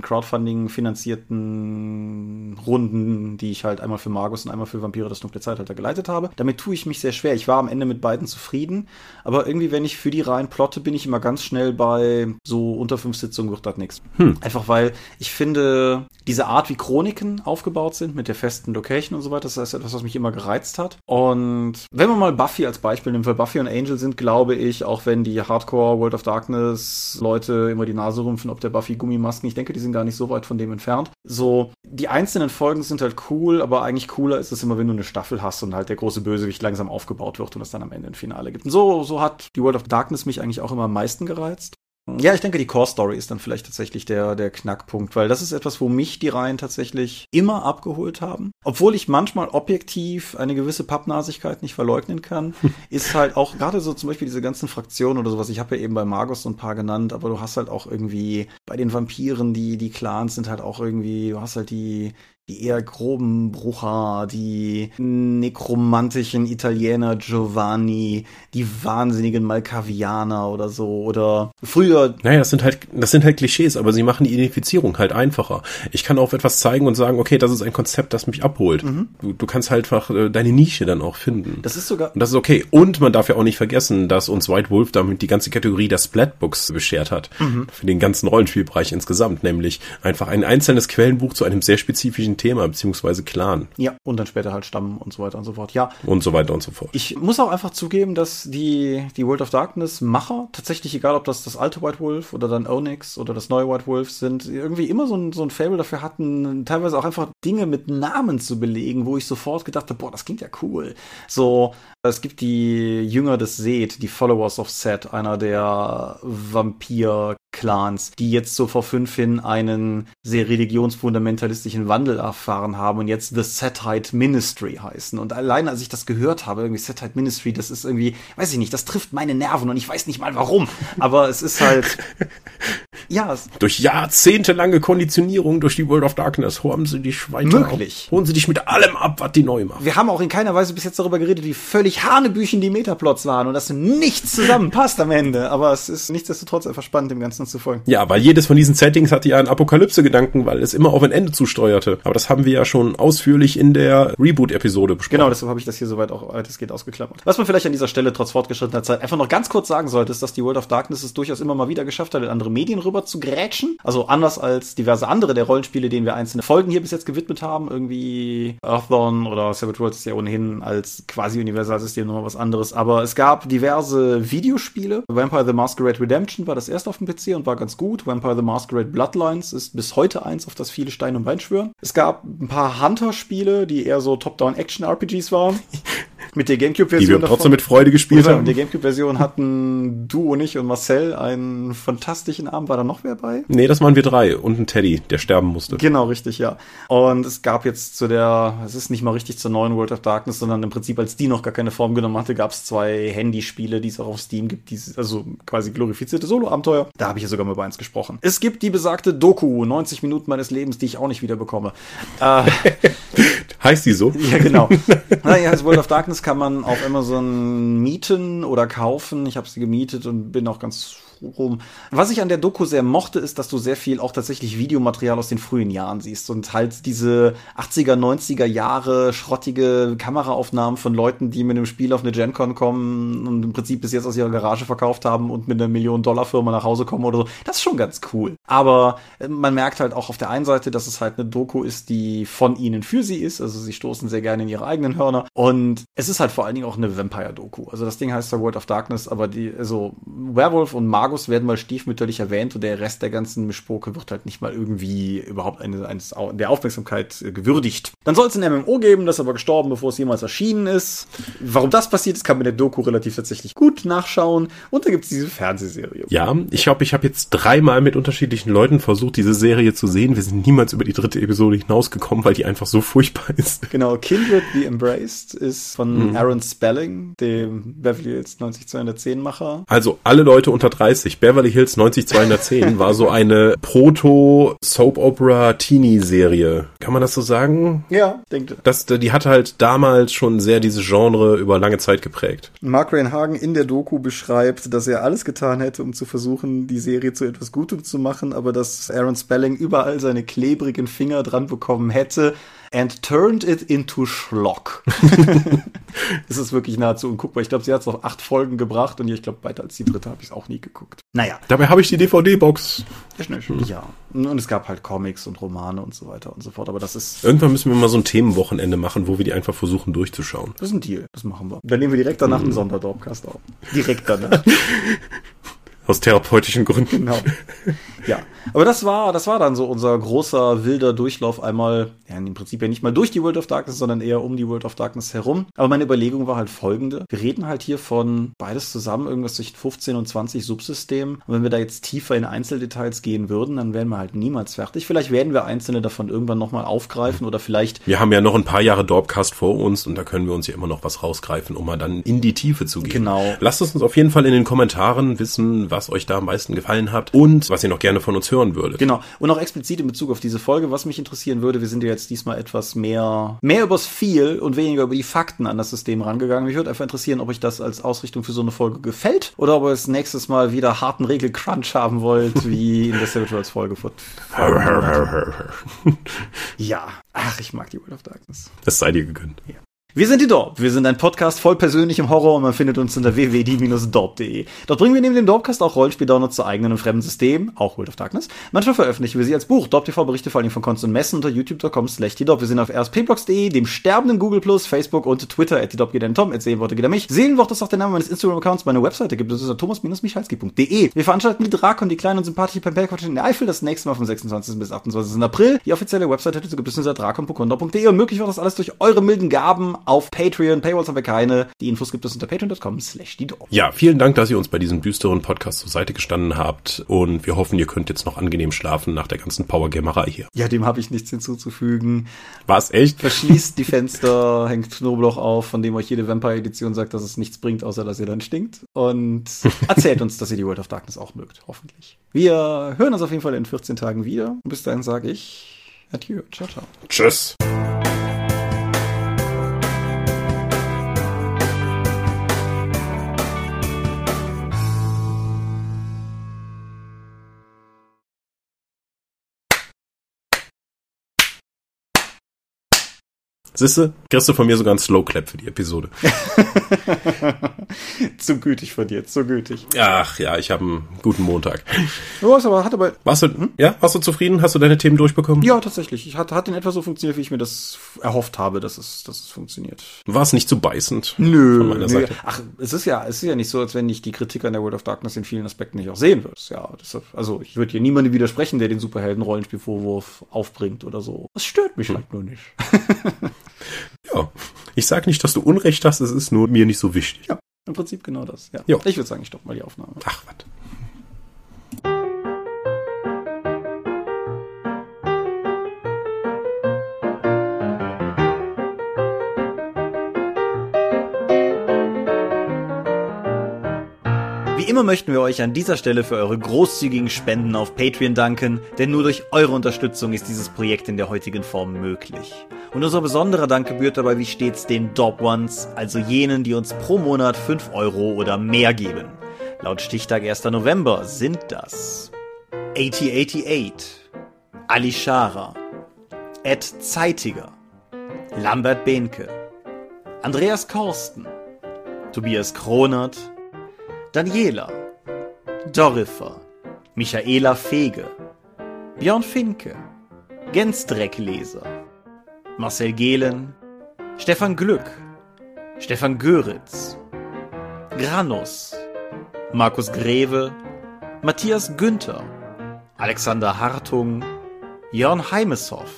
Crowdfunding-finanzierten Runden, die ich halt einmal für Magus und einmal für Vampire das dunkle Zeitalter geleitet habe. Damit tue ich mich sehr schwer. Ich war am Ende mit beiden zufrieden. Aber irgendwie, wenn ich für die Reihen plotte, bin ich immer ganz schnell bei so unter 5 Sitzungen wird das nichts. Einfach weil ich finde, diese Art, wie Chroniken aufgebaut sind, mit der festen Location und so weiter, das ist etwas, was mich immer gereizt hat. Und wenn man mal Buffy als Beispiel nimmt, weil Buffy und Angel sind, glaube ich, auch wenn die Hardcore World of Darkness Leute immer die Nase rümpfen, ob der Buffy Gummimasken, ich denke, die sind gar nicht so weit von dem entfernt. So, die einzelnen Folgen sind halt cool, aber eigentlich cooler ist es immer, wenn du eine Staffel hast und halt der große Bösewicht langsam aufgebaut wird und es dann am Ende ein Finale gibt. Und so hat die World of Darkness mich eigentlich auch immer am meisten gereizt. Ja, ich denke, die Core-Story ist dann vielleicht tatsächlich der Knackpunkt, weil das ist etwas, wo mich die Reihen tatsächlich immer abgeholt haben. Obwohl ich manchmal objektiv eine gewisse Pappnasigkeit nicht verleugnen kann, ist halt auch gerade so zum Beispiel diese ganzen Fraktionen oder sowas. Ich habe ja eben bei Magos so ein paar genannt, aber du hast halt auch irgendwie bei den Vampiren, die Clans sind halt auch irgendwie, du hast halt die eher groben Brucher, die nekromantischen Italiener Giovanni, die wahnsinnigen Malkavianer oder so, oder früher... Naja, das sind halt Klischees, aber sie machen die Identifizierung halt einfacher. Ich kann auch etwas zeigen und sagen, okay, das ist ein Konzept, das mich abholt. Du kannst halt einfach deine Nische dann auch finden. Das ist sogar... Und das ist okay. Und man darf ja auch nicht vergessen, dass uns White Wolf damit die ganze Kategorie der Splatbooks beschert hat. Für den ganzen Rollenspielbereich insgesamt, nämlich einfach ein einzelnes Quellenbuch zu einem sehr spezifischen ursprünglichen Thema, beziehungsweise Clan. Ja, und dann später halt Stamm und so weiter und so fort. Ja. Und so weiter und so fort. Ich muss auch einfach zugeben, dass die World of Darkness Macher, tatsächlich egal, ob das alte White Wolf oder dann Onyx oder das neue White Wolf sind, irgendwie immer so ein Fable dafür hatten, teilweise auch einfach Dinge mit Namen zu belegen, wo ich sofort gedacht habe, boah, das klingt ja cool. So, es gibt die Jünger des Seth, die Followers of Set, einer der Vampir-Clans, die jetzt so vor 5 hin einen sehr religionsfundamentalistischen Wandel erfahren haben und jetzt The Sethite Ministry heißen. Und allein als ich das gehört habe, irgendwie Sethite Ministry, das ist irgendwie, weiß ich nicht, das trifft meine Nerven und ich weiß nicht mal warum. Aber es ist halt, ja. Durch jahrzehntelange Konditionierung durch die World of Darkness haben sie dich weiter. Möglich. Holen sie dich mit allem ab, was die neu machen. Wir haben auch in keiner Weise bis jetzt darüber geredet, wie völlig hanebüchen die Metaplots waren und dass nichts zusammenpasst am Ende. Aber es ist nichtsdestotrotz einfach spannend, dem Ganzen zu folgen. Ja, weil jedes von diesen Settings hatte ja einen Apokalypse-Gedanken, weil es immer auf ein Ende zusteuerte. Aber das haben wir ja schon ausführlich in der Reboot-Episode besprochen. Genau, deshalb habe ich das hier soweit auch, es geht, ausgeklammert. Was man vielleicht an dieser Stelle trotz fortgeschrittener Zeit einfach noch ganz kurz sagen sollte, ist, dass die World of Darkness es durchaus immer mal wieder geschafft hat, in andere Medien rüber zu grätschen. Also anders als diverse andere der Rollenspiele, denen wir einzelne Folgen hier bis jetzt gewidmet haben. Irgendwie Earthdawn oder Savage Worlds ist ja ohnehin als quasi Universalsystem nochmal was anderes. Aber es gab diverse Videospiele. Vampire the Masquerade Redemption war das erste auf dem PC und war ganz gut. Vampire the Masquerade Bloodlines ist bis heute eins, auf das viele Stein und Bein schwören. Es gab ein paar Hunter-Spiele, die eher so Top-Down-Action-RPGs waren. Mit der Gamecube-Version. Die wir trotzdem mit Freude gespielt haben. In der Gamecube-Version hatten du und ich und Marcel einen fantastischen Abend. War da noch wer bei? Nee, das waren wir 3 und ein Teddy, der sterben musste. Genau, richtig, ja. Und es gab jetzt es ist nicht mal richtig zur neuen World of Darkness, sondern im Prinzip, als die noch gar keine Form genommen hatte, gab es 2 Handyspiele, die es auch auf Steam gibt, also quasi glorifizierte Solo-Abenteuer. Da habe ich ja sogar mal über eins gesprochen. Es gibt die besagte Doku, 90 Minuten meines Lebens, die ich auch nicht wieder bekomme. Heißt die so? Ja, genau. Naja, das World of Darkness kann man auf Amazon mieten oder kaufen. Ich habe sie gemietet und bin auch ganz rum. Was ich an der Doku sehr mochte, ist, dass du sehr viel auch tatsächlich Videomaterial aus den frühen Jahren siehst und halt diese 80er, 90er Jahre schrottige Kameraaufnahmen von Leuten, die mit einem Spiel auf eine Gen-Con kommen und im Prinzip bis jetzt aus ihrer Garage verkauft haben und mit einer $1-Million-Firma nach Hause kommen oder so. Das ist schon ganz cool. Aber man merkt halt auch auf der einen Seite, dass es halt eine Doku ist, die von ihnen für sie ist. Also sie stoßen sehr gerne in ihre eigenen Hörner. Und es ist halt vor allen Dingen auch eine Vampire-Doku. Also das Ding heißt The World of Darkness, aber Werwolf und Magus werden mal stiefmütterlich erwähnt und der Rest der ganzen Mischpoke wird halt nicht mal irgendwie überhaupt der Aufmerksamkeit gewürdigt. Dann soll es ein MMO geben, das aber gestorben, bevor es jemals erschienen ist. Warum das passiert ist, kann man in der Doku relativ tatsächlich gut nachschauen. Und da gibt es diese Fernsehserie. Ja, ich glaube, ich habe jetzt 3-mal mit unterschiedlichen Leuten versucht, diese Serie zu sehen. Wir sind niemals über die 3. Episode hinausgekommen, weil die einfach so furchtbar ist. Genau, Kindred the Embraced ist von Aaron Spelling, dem Beverly Hills 90210-Macher. Also alle Leute unter 30. Beverly Hills 90210 war so eine Proto-Soap-Opera-Teenie-Serie. Kann man das so sagen? Ja, denke. Die hat halt damals schon sehr dieses Genre über lange Zeit geprägt. Mark Rein-Hagen in der Doku beschreibt, dass er alles getan hätte, um zu versuchen, die Serie zu etwas Gutem zu machen, aber dass Aaron Spelling überall seine klebrigen Finger dran bekommen hätte. And turned it into Schlock. Das ist wirklich nahezu unguckbar. Ich glaube, sie hat es auf 8 Folgen gebracht und ich glaube, weiter als die 3. habe ich es auch nie geguckt. Naja. Dabei habe ich die DVD-Box. Ja. Und es gab halt Comics und Romane und so weiter und so fort. Aber das ist... Irgendwann müssen wir mal so ein Themenwochenende machen, wo wir die einfach versuchen durchzuschauen. Das ist ein Deal. Das machen wir. Dann nehmen wir direkt danach einen Sonderdorpcast auf. Direkt danach. Aus therapeutischen Gründen. Genau. Ja, aber das war dann so unser großer, wilder Durchlauf einmal, ja, im Prinzip ja nicht mal durch die World of Darkness, sondern eher um die World of Darkness herum. Aber meine Überlegung war halt folgende. Wir reden halt hier von beides zusammen, irgendwas zwischen 15 und 20 Subsystemen. Und wenn wir da jetzt tiefer in Einzeldetails gehen würden, dann wären wir halt niemals fertig. Vielleicht werden wir einzelne davon irgendwann nochmal aufgreifen oder vielleicht... Wir haben ja noch ein paar Jahre Dorpcast vor uns und da können wir uns ja immer noch was rausgreifen, um mal dann in die Tiefe zu gehen. Genau. Lasst es uns auf jeden Fall in den Kommentaren wissen, was euch da am meisten gefallen hat und was ihr noch gerne von uns hören würdet. Genau. Und auch explizit in Bezug auf diese Folge, was mich interessieren würde, wir sind ja jetzt diesmal etwas mehr übers Feel und weniger über die Fakten an das System rangegangen. Mich würde einfach interessieren, ob euch das als Ausrichtung für so eine Folge gefällt oder ob ihr es nächstes Mal wieder harten Regelcrunch haben wollt, wie in der Savage Worlds Folge vor. Ja. Ach, ich mag die World of Darkness. Das sei dir gegönnt. Ja. Wir sind die Dorp. Wir sind ein Podcast voll persönlichem Horror und man findet uns unter www.die-dorp.de. Dort bringen wir neben dem Dorpcast auch Rollenspiel-Downloads zu eigenen und fremden Systemen, auch World of Darkness. Manchmal veröffentlichen wir sie als Buch. Dorp TV Berichte vor allem von Cons und Messen unter youtube.com/die-dorp. Wir sind auf rspblogs.de, dem sterbenden Google+, Facebook und Twitter @die-dorp geht an Tom, @Seelenworte geht an mich. Seelenwort ist auch der Name meines Instagram-Accounts. Meine Webseite gibt es unter thomas-michalski.de. Wir veranstalten die Drakon, die kleinen und sympathische Pempelquatsch in der Eifel, das nächste Mal vom 26. bis 28. April. Die offizielle Webseite dazu gibt es unter drakon.de und möglich wird das alles durch eure milden Gaben auf Patreon. Paywalls haben wir keine. Die Infos gibt es unter patreon.com/die-dorp. Ja, vielen Dank, dass ihr uns bei diesem düsteren Podcast zur Seite gestanden habt und wir hoffen, ihr könnt jetzt noch angenehm schlafen nach der ganzen Powergamerei hier. Ja, dem habe ich nichts hinzuzufügen. War's echt? Verschließt die Fenster, hängt Knoblauch auf, von dem euch jede Vampire-Edition sagt, dass es nichts bringt, außer dass ihr dann stinkt. Und erzählt uns, dass ihr die World of Darkness auch mögt, hoffentlich. Wir hören uns auf jeden Fall in 14 Tagen wieder. Und bis dahin sage ich adieu. Ciao, ciao. Tschüss. Siehste, kriegst du von mir sogar einen Slow-Clap für die Episode. Zu gütig von dir, zu gütig. Ach ja, ich habe einen guten Montag. Warst du zufrieden? Hast du deine Themen durchbekommen? Ja, tatsächlich. Hat in etwa so funktioniert, wie ich mir das erhofft habe, dass es funktioniert. War es nicht zu beißend? Nö. Von meiner Seite. Ach, es ist ja nicht so, als wenn ich die Kritik an der World of Darkness in vielen Aspekten nicht auch sehen würde. Ja, also ich würde hier niemandem widersprechen, der den Superhelden-Rollenspielvorwurf aufbringt oder so. Das stört mich halt nur nicht. Ja, ich sag nicht, dass du Unrecht hast, es ist nur mir nicht so wichtig. Ja, im Prinzip genau das. Ja. Jo. Ich würde sagen, ich stoppe mal die Aufnahme. Ach, was. Wie immer möchten wir euch an dieser Stelle für eure großzügigen Spenden auf Patreon danken, denn nur durch eure Unterstützung ist dieses Projekt in der heutigen Form möglich. Und unser besonderer Dank gebührt dabei wie stets den Dorp Ones, also jenen, die uns pro Monat 5 Euro oder mehr geben. Laut Stichtag 1. November sind das 8088, Ali Schara, Ed Zeitiger, Lambert Behnke, Andreas Korsten, Tobias Kronert, Daniela, Dorifer, Michaela Fege, Björn Finke, Gensdreckleser, Marcel Gehlen, Stefan Glück, Stefan Göritz, Granus, Markus Greve, Matthias Günther, Alexander Hartung, Jörn Heimeshoff,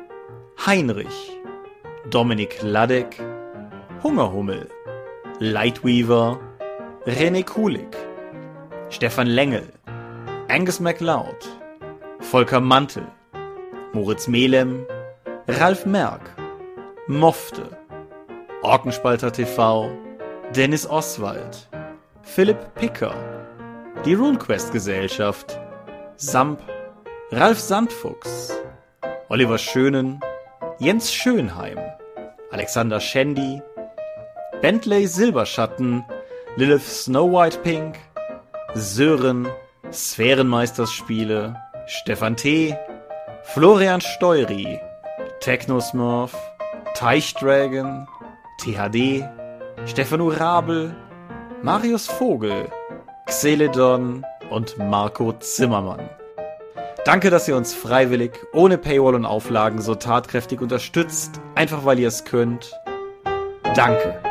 Heinrich, Dominik Ladek, Hungerhummel, Lightweaver, René Kulik, Stefan Lengel, Angus MacLeod, Volker Mantel, Moritz Melem, Ralf Merck, Mofte, Orkenspalter TV, Dennis Oswald, Philipp Picker, die RuneQuest Gesellschaft, Samp, Ralf Sandfuchs, Oliver Schönen, Jens Schönheim, Alexander Schendi, Bentley Silberschatten, Lilith Snow White Pink, Sören, Sphärenmeisterspiele, Stefan T., Florian Steury, Technosmurf, Teichdragon, THD, Stefan Urabel, Marius Vogel, Xeledon und Marco Zimmermann. Danke, dass ihr uns freiwillig, ohne Paywall und Auflagen so tatkräftig unterstützt, einfach weil ihr es könnt. Danke.